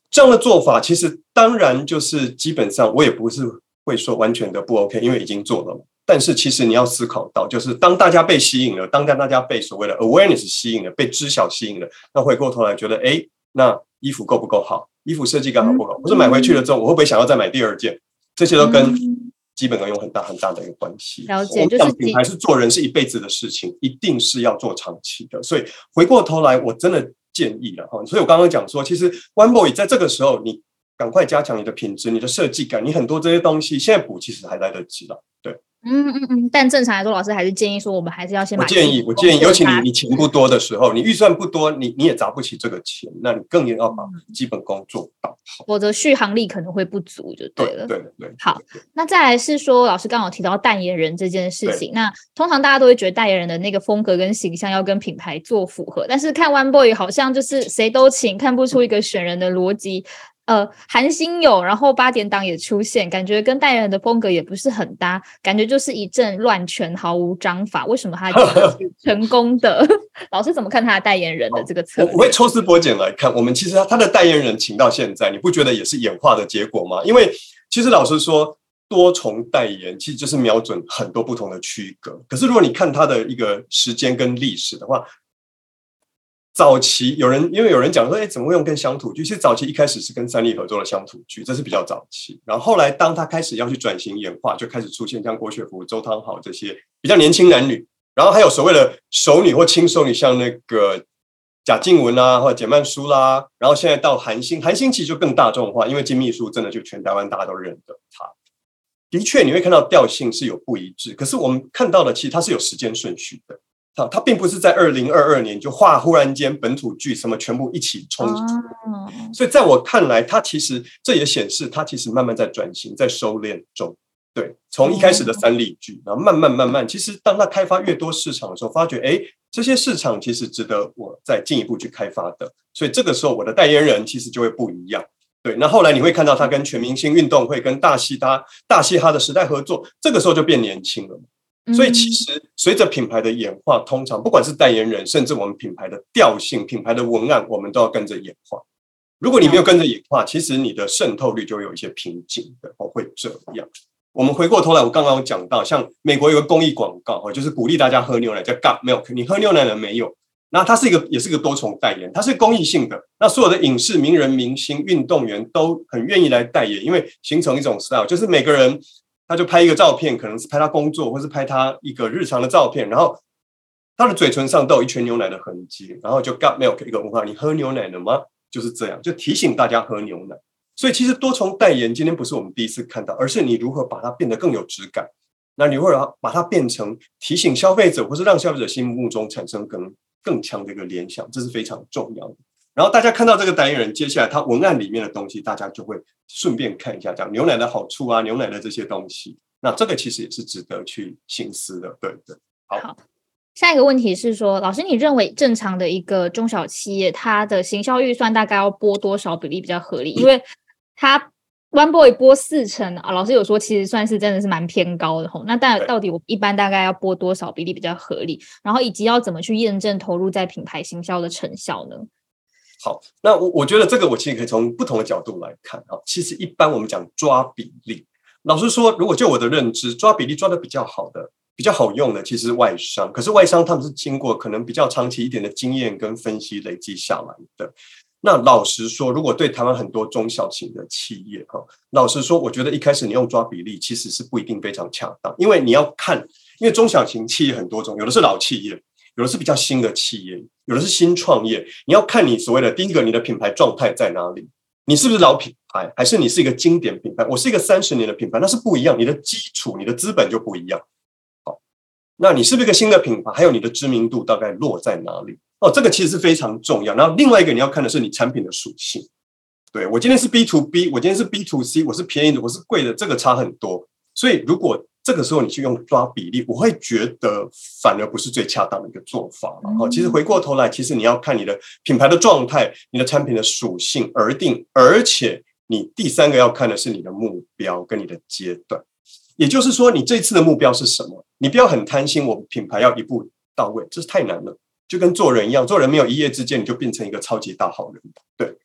这样的做法其实当然就是基本上我也不是会说完全的不 OK， 因为已经做了。但是其实你要思考到，就是当大家被吸引了，当大家被所谓的 awareness 吸引了，被知晓吸引了，那回过头来觉得，哎，那衣服够不够好？衣服设计感好不好？或者买回去了之后，我会不会想要再买第二件？这些都跟基本功有很大很大的一个关系。 了解，就是品牌是做人是一辈子的事情，一定是要做长期的。所以回过头来，我真的建议了哈。所以我刚刚讲说，其实 One Boy 在这个时候，你赶快加强你的品质、你的设计感，你很多这些东西现在补其实还来得及了。对。 嗯嗯嗯，但正常来说，老师还是建议说，我们还是要先把。 我建议，我建议，尤其你你钱不多的时候，你预算不多，你你也砸不起这个钱，那你更要把基本功做到好， 否则续航力可能会不足，就对了。 对对 对, 对。 好，那再来是说，老师刚刚有提到代言人这件事情，那通常大家都会觉得代言人的那个风格跟形象要跟品牌做符合，但是看 One Boy 好像就是谁都请，看不出一个选人的逻辑。呃，韩星有，然后八点档也出现，感觉跟代言人的风格也不是很搭，感觉就是一阵乱拳，毫无章法。为什么他是成功的？老师怎么看他的代言人的这个策略？ 我会抽丝剥茧来看，我们其实他的代言人请到现在，你不觉得也是演化的结果吗？因为其实老实说，多重代言其实就是瞄准很多不同的区隔。可是如果你看他的一个时间跟历史的话，早期有人因为有人讲说，哎，怎么会用跟乡土剧？其实早期一开始是跟三立合作的乡土剧，这是比较早期。然后后来当他开始要去转型演化，就开始出现像郭雪芙、周汤豪这些比较年轻男女，然后还有所谓的熟女或轻熟女，像那个贾静雯啊，或者简曼书啦。然后现在到韩星，韩星其实就更大众化，因为金秘书真的就全台湾大家都认得他。的确，你会看到调性是有不一致，可是我们看到的其实它是有时间顺序的。它并不是在二零二二年就画忽然间本土剧什么全部一起冲击、哦、所以在我看来，它其实这也显示它其实慢慢在转型，在收敛中。对，从一开始的三立剧，然后慢慢慢慢，其实当它开发越多市场的时候，发觉哎，这些市场其实值得我再进一步去开发的。所以这个时候我的代言人其实就会不一样。对，那后来你会看到他跟全明星运动会、跟大嘻哈、大嘻哈的时代合作，这个时候就变年轻了。所以其实随着品牌的演化，通常不管是代言人，甚至我们品牌的调性、品牌的文案，我们都要跟着演化。如果你没有跟着演化，其实你的渗透率就会有一些瓶颈的，会这样。我们回过头来，我刚刚有讲到，像美国有个公益广告，就是鼓励大家喝牛奶，叫 Got Milk。你喝牛奶了没有？那它是一个，也是一个多重代言，它是公益性的。那所有的影视名人、明星、运动员都很愿意来代言，因为形成一种 style， 就是每个人。他就拍一个照片，可能是拍他工作，或是拍他一个日常的照片，然后他的嘴唇上都有一圈牛奶的痕迹，然后就 Got Milk 一个文化，你喝牛奶了吗？就是这样，就提醒大家喝牛奶。所以其实多重代言今天不是我们第一次看到，而是你如何把它变得更有质感，那你如何把它变成提醒消费者，或是让消费者心目中产生更更强的一个联想，这是非常重要的。然后大家看到这个代言人，接下来他文案里面的东西，大家就会顺便看一下，讲牛奶的好处啊，牛奶的这些东西。那这个其实也是值得去省思的，对对。好， 好，下一个问题是说，老师，你认为正常的一个中小企业，它的行销预算大概要拨多少比例比较合理？因为它 One Boy 拨四成啊，老师有说其实算是真的是蛮偏高的吼。那但到底我一般大概要拨多少比例比较合理？然后以及要怎么去验证投入在品牌行销的成效呢？ 好，那我我觉得这个我其实可以从不同的角度来看啊。其实一般我们讲抓比例，老实说，如果就我的认知，抓比例抓的比较好的、比较好用的，其实是外商。可是外商他们是经过可能比较长期一点的经验跟分析累积下来的。那老实说，如果对台湾很多中小型的企业哈，老实说，我觉得一开始你用抓比例其实是不一定非常恰当，因为你要看，因为中小型企业很多种，有的是老企业。有的是比较新的企业，有的是新创业，你要看你所谓的第一个，你的品牌状态在哪里？你是不是老品牌，还是你是一个经典品牌？我是一个三十年的品牌，那是不一样，你的基础、你的资本就不一样。好，那你是不是一个新的品牌？还有你的知名度大概落在哪里？哦，这个其实是非常重要。然后另外一个你要看的是你产品的属性。对，我今天是 B to B， 我今天是 B to C， 我是便宜的，我是贵的，这个差很多。所以如果这个时候你去用抓比例，我会觉得反而不是最恰当的一个做法了。嗯、其实回过头来，其实你要看你的品牌的状态、你的产品的属性而定，而且你第三个要看的是你的目标跟你的阶段。也就是说，你这次的目标是什么？你不要很贪心，我品牌要一步到位，这是太难了。就跟做人一样，做人没有一夜之间你就变成一个超级大好人。对，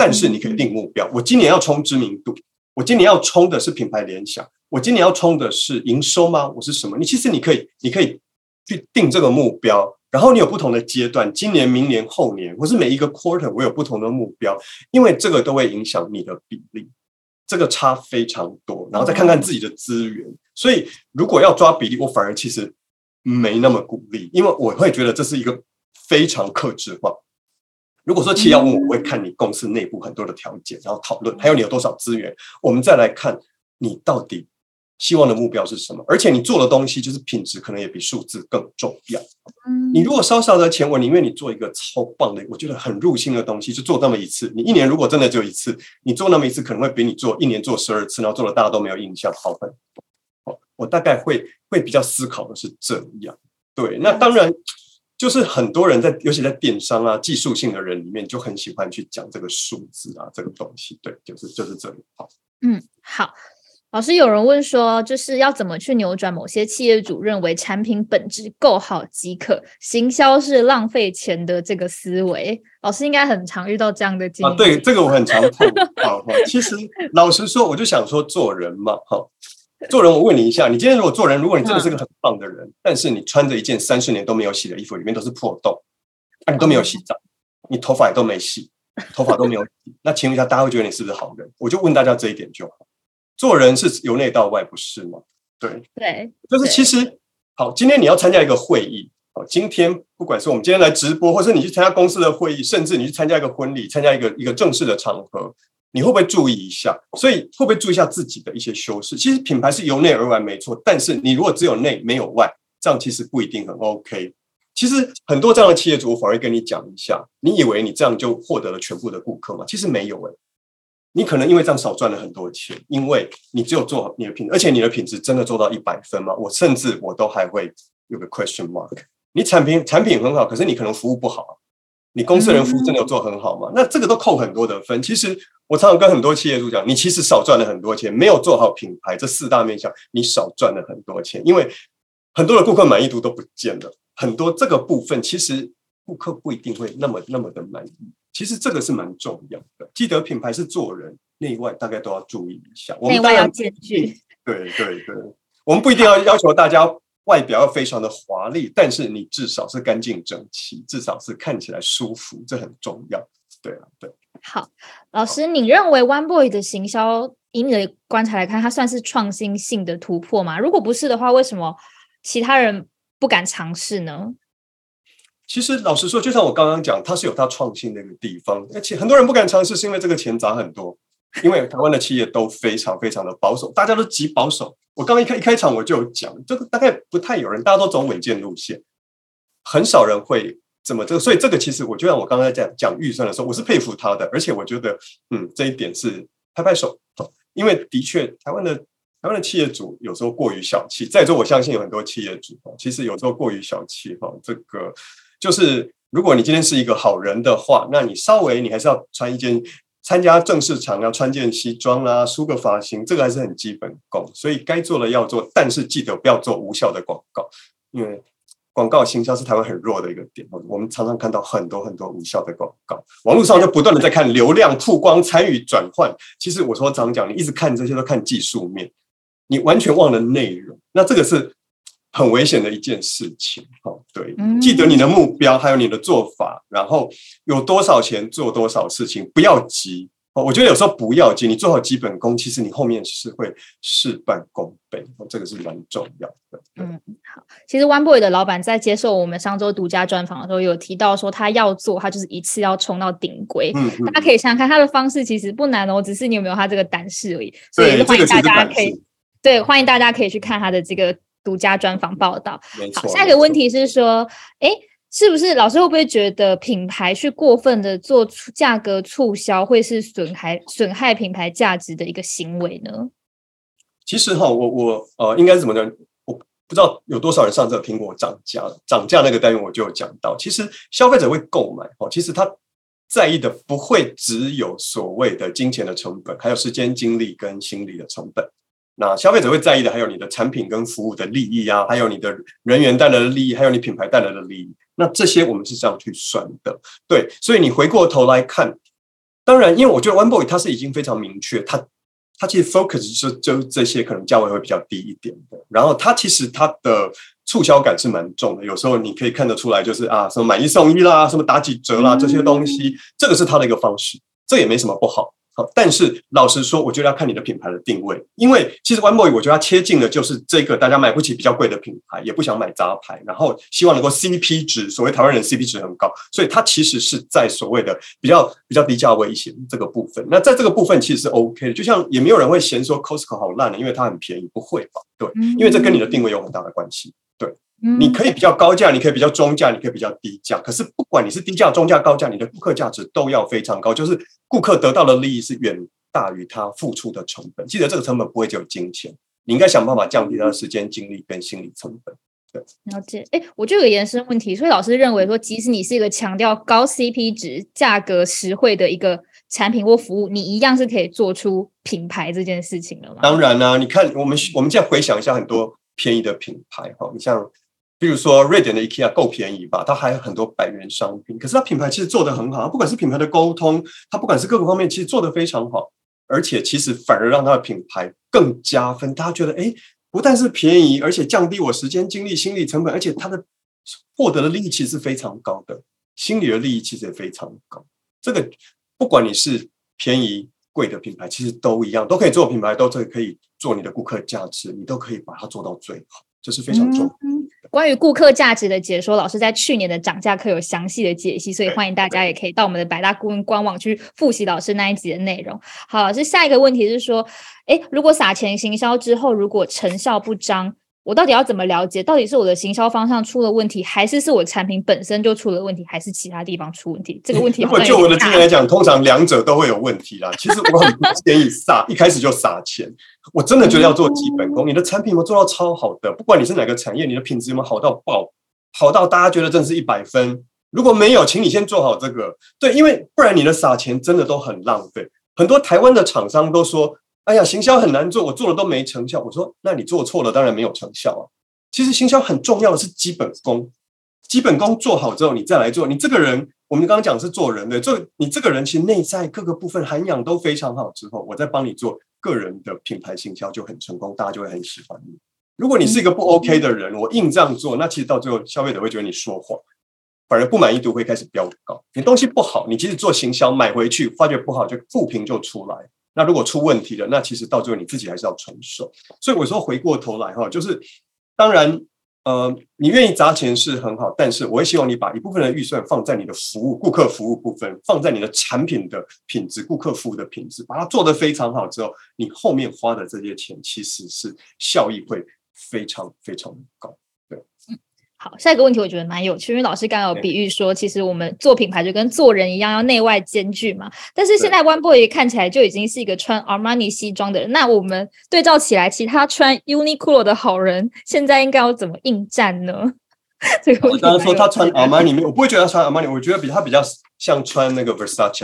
但是你可以定目标，我今年要冲知名度，我今年要冲的是品牌联想，我今年要冲的是营收吗？我是什么？你其实你可以，你可以去定这个目标，然后你有不同的阶段，今年、明年、后年，或是每一个 quarter 我有不同的目标，因为这个都会影响你的比例，这个差非常多。然后再看看自己的资源，所以如果要抓比例，我反而其实没那么鼓励，因为我会觉得这是一个非常客制化。如果说企业要问我，我会看你公司内部很多的条件，然后讨论，还有你有多少资源，我们再来看你到底希望的目标是什么，而且你做的东西就是品质，可能也比数字更重要。你如果稍稍的钱，我宁愿你做一个超棒的，我觉得很入心的东西，就做那么一次。你一年如果真的只有一次，你做那么一次，可能会比你做一年做十二次，然后做了大家都没有印象好很多。我大概会会比较思考的是这样。对，那当然。就是很多人在，尤其在电商啊、技术性的人里面，就很喜欢去讲这个数字啊，这个东西。对，就是就是这里。好， 嗯，好。老师，有人问说，就是要怎么去扭转某些企业主认为产品本质够好即可，行销是浪费钱的这个思维？老师应该很常遇到这样的经历。 啊，对，这个我很常碰到。其实老实说，我就想说，做人嘛，哈。做人，我问你一下，你今天如果做人，如果你真的是个很棒的人，嗯、但是你穿着一件三十年都没有洗的衣服，里面都是破洞，啊，你都没有洗澡，你头发也都没洗，头发都没有洗，那请问一下，大家会觉得你是不是好人？我就问大家这一点就好。做人是由内到外，不是吗？对对， 就是其实好，今天你要参加一个会议，好，今天不管是我们今天来直播，或是你去参加公司的会议，甚至你去参加一个婚礼，参加一个一个正式的场合。你会不会注意一下？所以会不会注意一下自己的一些修饰？其实品牌是由内而外没错，但是你如果只有内没有外，这样其实不一定很 OK。其实很多这样的企业主，我反而跟你讲一下，你以为你这样就获得了全部的顾客吗？其实没有诶、欸，你可能因为这样少赚了很多钱，因为你只有做好你的品质，而且你的品质真的做到一百分吗？我甚至我都还会有个 question mark。你产品产品很好，可是你可能服务不好。你公司人服务真的有做很好吗？那这个都扣很多的分。其实我常常跟很多企业主讲，你其实少赚了很多钱，没有做好品牌这四大面向，你少赚了很多钱，因为很多的顾客满意度都不见了。很多这个部分，其实顾客不一定会那么那么的满意。其实这个是蛮重要的。记得品牌是做人，内外大概都要注意一下。我们当然内外要兼具。 对对对，我们不一定要要求大家。外表要非常的华丽，但是你至少是干净整齐，至少是看起来舒服，这很重要。对啊，对。 好，老师，你认为 One Boy 的行销，以你的观察来看，它算是创新性的突破吗？如果不是的话，为什么其他人不敢尝试呢？ 其实老实说，就像我刚刚讲，它是有它创新的一个地方，而且很多人不敢尝试，是因为这个钱砸很多。因为台湾的企业都非常非常的保守，大家都极保守。我刚刚一开一开场我就有讲，这个大概不太有人，大家都走稳健路线，很少人会这么这个。所以这个其实我就像我刚刚在讲讲预算的时候，我是佩服他的，而且我觉得嗯这一点是拍拍手，因为的确台湾的台湾的企业主有时候过于小气，在座我相信有很多企业主其实有时候过于小气哈，这个就是如果你今天是一个好人的话，那你稍微你还是要穿一件。参加正式场要穿件西装啦，梳个发型，这个还是很基本功，所以该做的要做，但是记得不要做无效的广告，因为广告行销是台湾很弱的一个点。我们常常看到很多很多无效的广告，网络上就不断的在看流量、曝光、参与、转换。其实我说常讲，你一直看这些都看技术面，你完全忘了内容，那这个是很危险的一件事情。对，记得你的目标，还有你的做法，然后有多少钱做多少事情，不要急。我觉得有时候不要急，你做好基本功，其实你后面是会事半功倍，这个是蛮重要的。 嗯，好。其实 One Boy 的老板在接受我们上周独家专访的时候，有提到说他要做，他就是一次要冲到顶规。嗯嗯，大家可以想想看，他的方式其实不难哦，只是你有没有他这个胆识而已。所以欢迎大家可以，对，欢迎大家可以去看他的这个独家专访报道。好，下一个问题是说，哎，是不是老师会不会觉得品牌去过分的做价格促销，会是损害损害品牌价值的一个行为呢？ 其实哈，我我呃，应该是怎么讲？我不知道有多少人上次有听过我涨价了。涨价那个单元我就有讲到，其实消费者会购买哦，其实他在意的不会只有所谓的金钱的成本，还有时间、精力跟心理的成本。那消费者会在意的还有你的产品跟服务的利益啊，还有你的人员带来的利益，还有你品牌带来的利益。那这些我们是这样去算的，对。所以你回过头来看， 当然，因为我觉得 One Boy 它是已经非常明确，它它其实 focus 就就这些可能价位会比较低一点的，然后它其实它的促销感是蛮重的，有时候你可以看得出来，就是啊什么买一送一啦，什么打几折啦，这些东西，这个是它的一个方式，这也没什么不好。好，但是老实说，我觉得要看你的品牌的定位，因为其实 One Boy 我觉得它切近的就是这个大家买不起比较贵的品牌，也不想买杂牌，然后希望能够 C P 值，所谓台湾人 C P 值很高，所以它其实是在所谓的比较比较低价位一些这个部分。那在这个部分其实是 OK 的，就像也没有人会嫌说 Costco 好烂的，因为它很便宜，不会吧？对，因为这跟你的定位有很大的关系。对，你可以比较高价，你可以比较中价，你可以比较低价，可是不管你是低价、中价、高价，你的顾客价值都要非常高，就是顾客得到的利益是远大于他付出的成本。记得这个成本不会只有金钱，你应该想办法降低他的时间、精力跟心理成本。对， 了解。哎，我就有个延伸问题，所以老师认为说，即使你是一个强调高 C P 值、价格实惠的一个产品或服务，你一样是可以做出品牌这件事情的吗？ 当然啦、啊，你看我们我们现在回想一下很多便宜的品牌哈，你像。比如说瑞典的 IKEA 够便宜吧，它还有很多百元商品，可是它品牌其实做得很好，不管是品牌的沟通，它不管是各个方面其实做得非常好，而且其实反而让它的品牌更加分，大家觉得哎，不但是便宜，而且降低我时间、精力、心理成本，而且它的获得的利益其实是非常高的，心理的利益其实也非常高。这个不管你是便宜贵的品牌，其实都一样，都可以做品牌，都可以做你的顾客价值，你都可以把它做到最好，这是非常重要的。 嗯，关于顾客价值的解说，老师在去年的涨价课有详细的解析，所以欢迎大家也可以到我们的百大顾问官网去复习老师那一集的内容。好，老师下一个问题是说，诶，如果撒钱行销之后，如果成效不彰，我到底要怎么了解？到底是我的行销方向出了问题，还是是我产品本身就出了问题，还是其他地方出问题？这个问题如果就我的经验来讲，通常两者都会有问题啦。其实我很不建议撒一开始就撒钱，我真的觉得要做基本功。你的产品有没有做到超好的？不管你是哪个产业，你的品质有没有好到爆，好到大家觉得真是一百分。如果没有，请你先做好这个。对，因为不然你的撒钱真的都很浪费。很多台湾的厂商都说。哎呀，行销很难做，我做了都没成效。我说，那你做错了，当然没有成效啊。其实行销很重要的是基本功，基本功做好之后，你再来做。你这个人，我们刚刚讲是做人的，做你这个人其实内在各个部分涵养都非常好之后，我再帮你做个人的品牌行销就很成功，大家就会很喜欢你。如果你是一个不 OK 的人，我硬这样做，那其实到最后消费者会觉得你说谎，反而不满意度会开始飙高。你东西不好，你即使做行销买回去，发觉不好，就负评就出来。那如果出问题了，那其实到最后你自己还是要承受。所以我说回过头来哈，就是当然，呃，你愿意砸钱是很好，但是我会希望你把一部分的预算放在你的服务、顾客服务部分，放在你的产品的品质、顾客服务的品质，把它做得非常好之后，你后面花的这些钱其实是效益会非常非常高。对。 好，下一个问题我觉得蛮有趣，因为老师刚刚有比喻说，其实我们做品牌就跟做人一样，要内外兼具嘛。但是现在 One Boy 看起来就已经是一个穿 Armani 西装的人，那我们对照起来，其他穿 Uniqlo 的好人，现在应该要怎么应战呢？这个我刚刚说他穿 Armani， 我不会觉得他穿 Armani， 我觉得比他比较像穿那个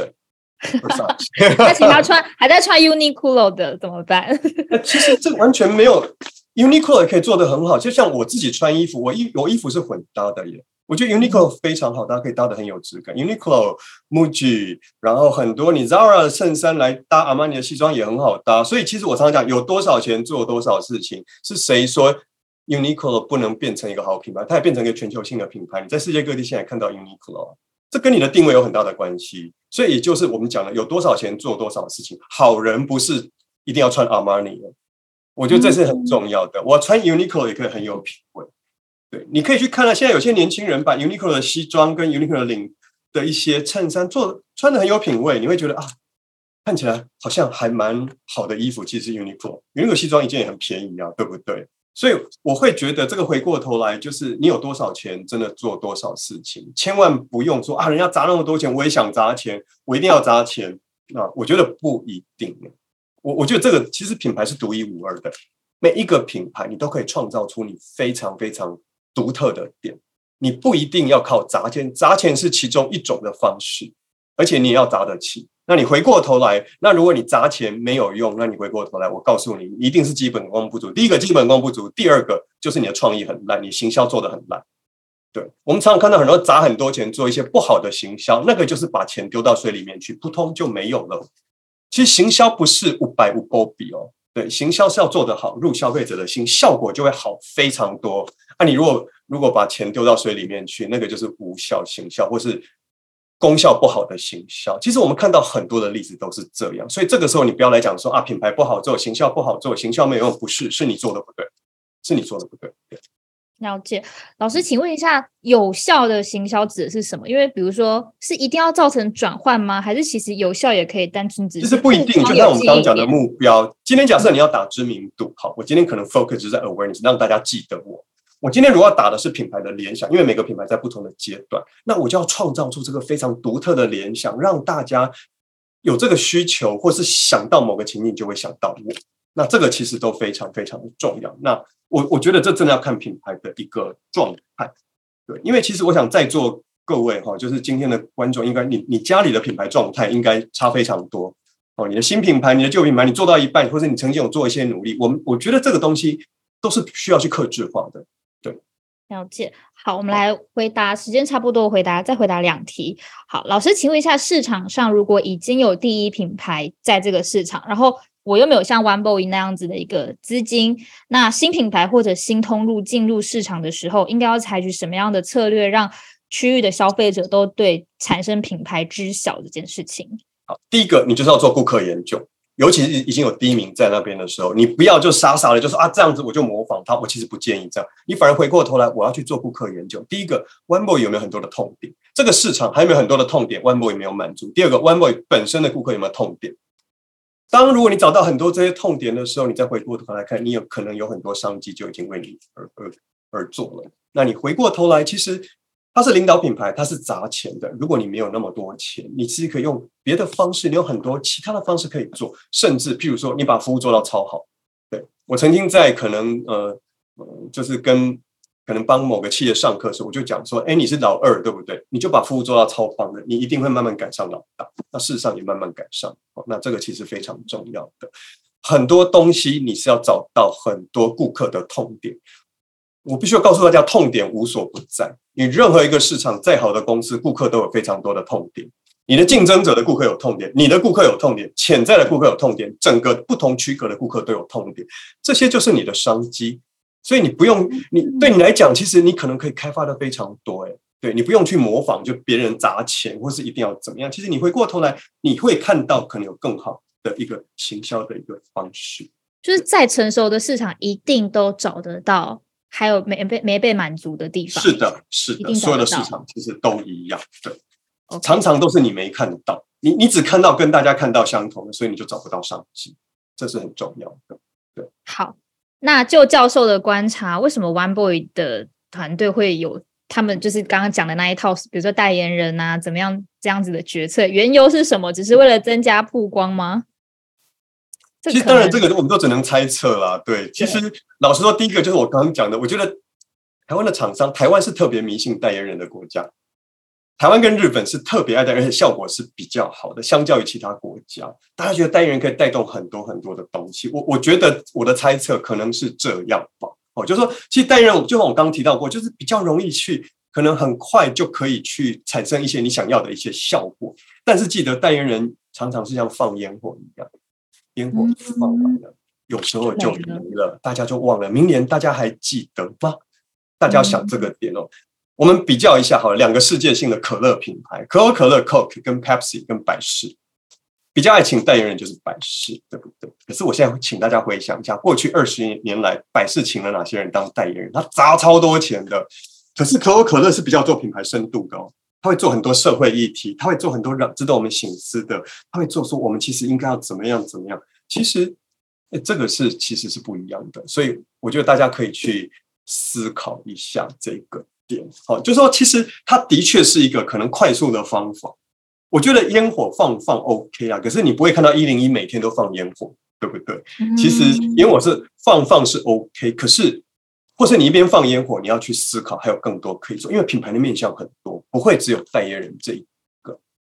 Versace。Versace 那其他穿还在穿 Uniqlo 的怎么办？ 其实这完全没有。Uniqlo 也可以做得很好，就像我自己穿衣服，我衣我衣服是混搭的耶。我觉得 Uniqlo 非常好，大家可以搭得很有质感。Uniqlo、Muji， 然后很多你 Zara 的衬衫来搭 Armani 的西装也很好搭。所以其实我常常讲，有多少钱做多少事情。是谁说 Uniqlo 不能变成一个好品牌？它也变成一个全球性的品牌。你在世界各地现在看到 Uniqlo， 这跟你的定位有很大的关系。所以也就是我们讲的，有多少钱做多少事情。好人不是一定要穿 Armani 的。我觉得这是很重要的。我穿 Uniqlo 也可以很有品味。对，你可以去看到、啊、现在有些年轻人把 Uniqlo 的西装跟 Uniqlo 的领的一些衬衫做穿得很有品味，你会觉得啊，看起来好像还蛮好的衣服，其实是 Uniqlo。Uniqlo 西装一件也很便宜啊，对不对？所以我会觉得这个回过头来，就是你有多少钱，真的做多少事情，千万不用说啊，人家砸那么多钱，我也想砸钱，我一定要砸钱。那我觉得不一定。我我觉得这个其实品牌是独一无二的，每一个品牌你都可以创造出你非常非常独特的点，你不一定要靠砸钱，砸钱是其中一种的方式，而且你也要砸得起。那你回过头来，那如果你砸钱没有用，那你回过头来，我告诉你，一定是基本功不足。第一个基本功不足，第二个就是你的创意很烂，你行销做得很烂。 对，我们常常看到很多砸很多钱做一些不好的行销，那个就是把钱丢到水里面去，扑通就没有了。其实行销不是无白无波比哦，对，行销是要做得好，入消费者的心，效果就会好非常多。啊，你如果如果把钱丢到水里面去，那个就是无效行销，或是功效不好的行销。其实我们看到很多的例子都是这样，所以这个时候你不要来讲说啊，品牌不好做，行销不好做，行销没有用，不是，是你做的不对，是你做的不对。对， 了解。老师，请问一下，有效的行销指的是什么？因为比如说是一定要造成转换吗？还是其实有效也可以单纯只是？ 其实不一定，就像我们刚刚讲的目标。今天假设你要打知名度，好，我今天可能 focus 在 awareness， 让大家记得我。我今天如果要打的是品牌的联想，因为每个品牌在不同的阶段，那我就要创造出这个非常独特的联想，让大家有这个需求，或是想到某个情境就会想到我。那这个其实都非常非常的重要。那我我觉得这真的要看品牌的一个状态，对，因为其实我想在座各位哈，就是今天的观众，应该你你家里的品牌状态应该差非常多哦。你的新品牌、你的旧品牌，你做到一半，或者你曾经有做一些努力，我们我觉得这个东西都是需要去客制化的。 了解。好，我们来回答，时间差不多，回答再回答两题。好，老师，请问一下，市场上如果已经有第一品牌在这个市场，然后我又没有像 One Boy 那样子的一个资金，那新品牌或者新通路进入市场的时候，应该要采取什么样的策略，让区域的消费者都对产生品牌知晓这件事情？ 好，第一个，你就是要做顾客研究。尤其是已经有第一名在那边的时候，你不要就傻傻的就说啊这样子我就模仿他，我其实不建议这样，你反而回过头来我要去做顾客研究。第一个 One Boy 有没有很多的痛点，这个市场还有没有很多的痛点 One Boy 没有满足。第二个 One Boy 本身的顾客有没有痛点，当如果你找到很多这些痛点的时候，你再回过头来看，你有可能有很多商机就已经为你而而而做了。那你回过头来，其实它是领导品牌，它是砸钱的。如果你没有那么多钱，你其实可以用别的方式，你有很多其他的方式可以做，甚至譬如说，你把服务做到超好。对，我曾经在可能呃，就是跟可能帮某个企业上课的时候，我就讲说，哎，你是老二，对不对？你就把服务做到超棒的，你一定会慢慢赶上老大。那事实上也慢慢赶上，那这个其实非常重要的。很多东西你是要找到很多顾客的痛点。我必须要告诉大家，痛点无所不在。你任何一个市场再好的公司，顾客都有非常多的痛点。你的竞争者的顾客有痛点，你的顾客有痛点，潜在的顾客有痛点，整个不同区隔的顾客都有痛点，这些就是你的商机。所以你不用，你对你来讲，其实你可能可以开发的非常多。哎，对，你不用去模仿，就别人砸钱或是一定要怎么样。其实你回过头来，你会看到可能有更好的一个行销的一个方式。 就是再成熟的市场，一定都找得到。还有没被没被满足的地方， 是的，是的，所有的市场其实都一样，对， okay. 常常都是你没看到，你你只看到跟大家看到相同的，所以你就找不到商机，这是很重要的。对， 好，那就教授的观察，为什么 One Boy 的团队会有他们就是刚刚讲的那一套，比如说代言人啊，怎么样这样子的决策，缘由是什么？只是为了增加曝光吗？ 其实当然这个我们都只能猜测啦，对，其实老实说，第一个就是我刚刚讲的，我觉得台湾的厂商，台湾是特别迷信代言人的国家，台湾跟日本是特别爱代言人，而且效果是比较好的，相较于其他国家，大家觉得代言人可以带动很多很多的东西，我我觉得我的猜测可能是这样吧，哦，就是说其实代言人就像我刚刚提到过，就是比较容易去，可能很快就可以去产生一些你想要的一些效果，但是记得代言人常常是像放烟火一样。烟火放完了，有时候就没了，大家就忘了。明年大家还记得吗？大家要想这个点哦。我们比较一下好了，两个世界性的可乐品牌，可口可乐 Coke 跟 Pepsi 跟百事，比较爱请代言人就是百事，对不对？可是我现在请大家回想一下，过去二十年来，百事请了哪些人当代言人？他砸超多钱的。可是可口可乐是比较做品牌深度的哦。他会做很多社会议题，他会做很多让值得我们省思的，他会做说我们其实应该要怎么样怎么样。其实，这个是其实是不一样的，所以我觉得大家可以去思考一下这个点。好，就是说，其实它的确是一个可能快速的方法。我觉得烟火放放 OK 啊，可是你不会看到一零一每天都放烟火，对不对？其实烟火是放放是 OK， 可是。或是你一边放烟火，你要去思考还有更多可以做，因为品牌的面向很多，不会只有代言人这一个。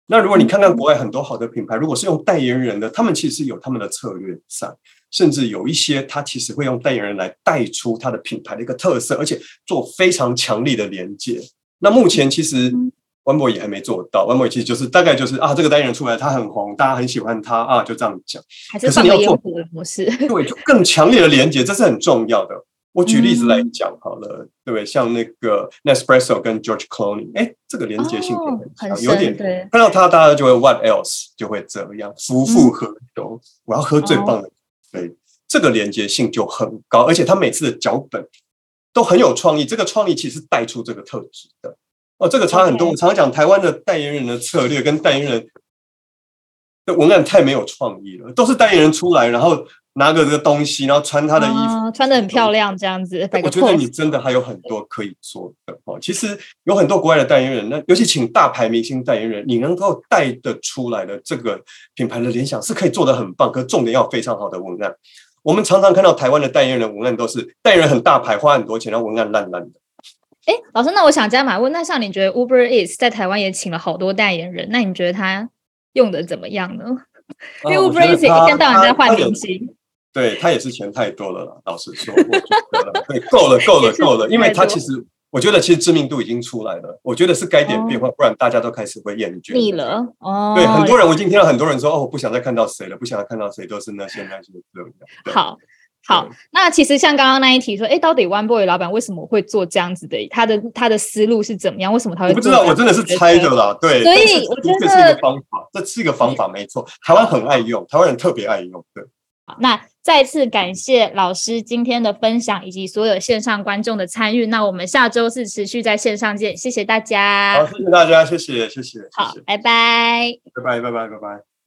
那如果你看看国外很多好的品牌，如果是用代言人的，他们其实有他们的策略在，甚至有一些他其实会用代言人来带出他的品牌的一个特色，而且做非常强力的连接。那目前其实One Boy也还没做到，One Boy其实就是大概就是啊，这个代言人出来他很红，大家很喜欢他啊，就这样讲。 还是放个烟火的模式， 对，就更强烈的连接，这是很重要的。我举例子来讲好了，嗯、对不对？像那个 Nespresso 跟 George Clooney， 哎，这个连接性就很强， 哦、 有点看到他，大家就会 What else 就会这样，夫妇合游，嗯、我要喝最棒的咖啡，哦、这个连接性就很高，而且他每次的脚本都很有创意，这个创意其实带出这个特质的。哦，这个差很多。Okay. 我常常讲，台湾的代言人的策略跟代言人的文案太没有创意了，都是代言人出来，然后拿个这个东西，然后穿他的衣服， 哦、穿得很漂亮，这样子。 我觉得你真的还有很多可以做的哦。其实有很多国外的代言人，那尤其请大牌明星代言人，你能够带得出来的这个品牌的联想是可以做得很棒，可是重点要有非常好的文案。我们常常看到台湾的代言人文案都是代言人很大牌，花很多钱，然后文案烂烂的。 哎，老师，那我想加码问，那像你觉得 Uber Eats 在台湾也请了好多代言人，那你觉得他用的怎么样呢？因为 Uber Eats 一天到晚在换明星， 对，他也是钱太多了啦，老实说，我觉得对，够了，够了，够了，因为他其实我觉得其实知名度已经出来了，我觉得是该点变化，哦、不然大家都开始会厌倦腻了哦。 对，很多人我已经听到很多人说，哦，我不想再看到谁了，不想再看到谁，都是那些那些这样。 好。好，那其实像刚刚那一题说，哎，到底 One Boy 老板为什么会做这样子的？他的他的思路是怎么样？为什么他会做？ 我不知道，我真的是猜的啦。对， 所以我觉得这是一个方法，这是一个方法，没错。台湾很爱用，台湾人特别爱用。对。 好，那再次感谢老师今天的分享，以及所有线上观众的参与。那我们下周四持续在线上见，谢谢大家。 好，谢谢大家，谢谢，谢谢。 好，拜拜， 拜拜，拜拜，拜拜。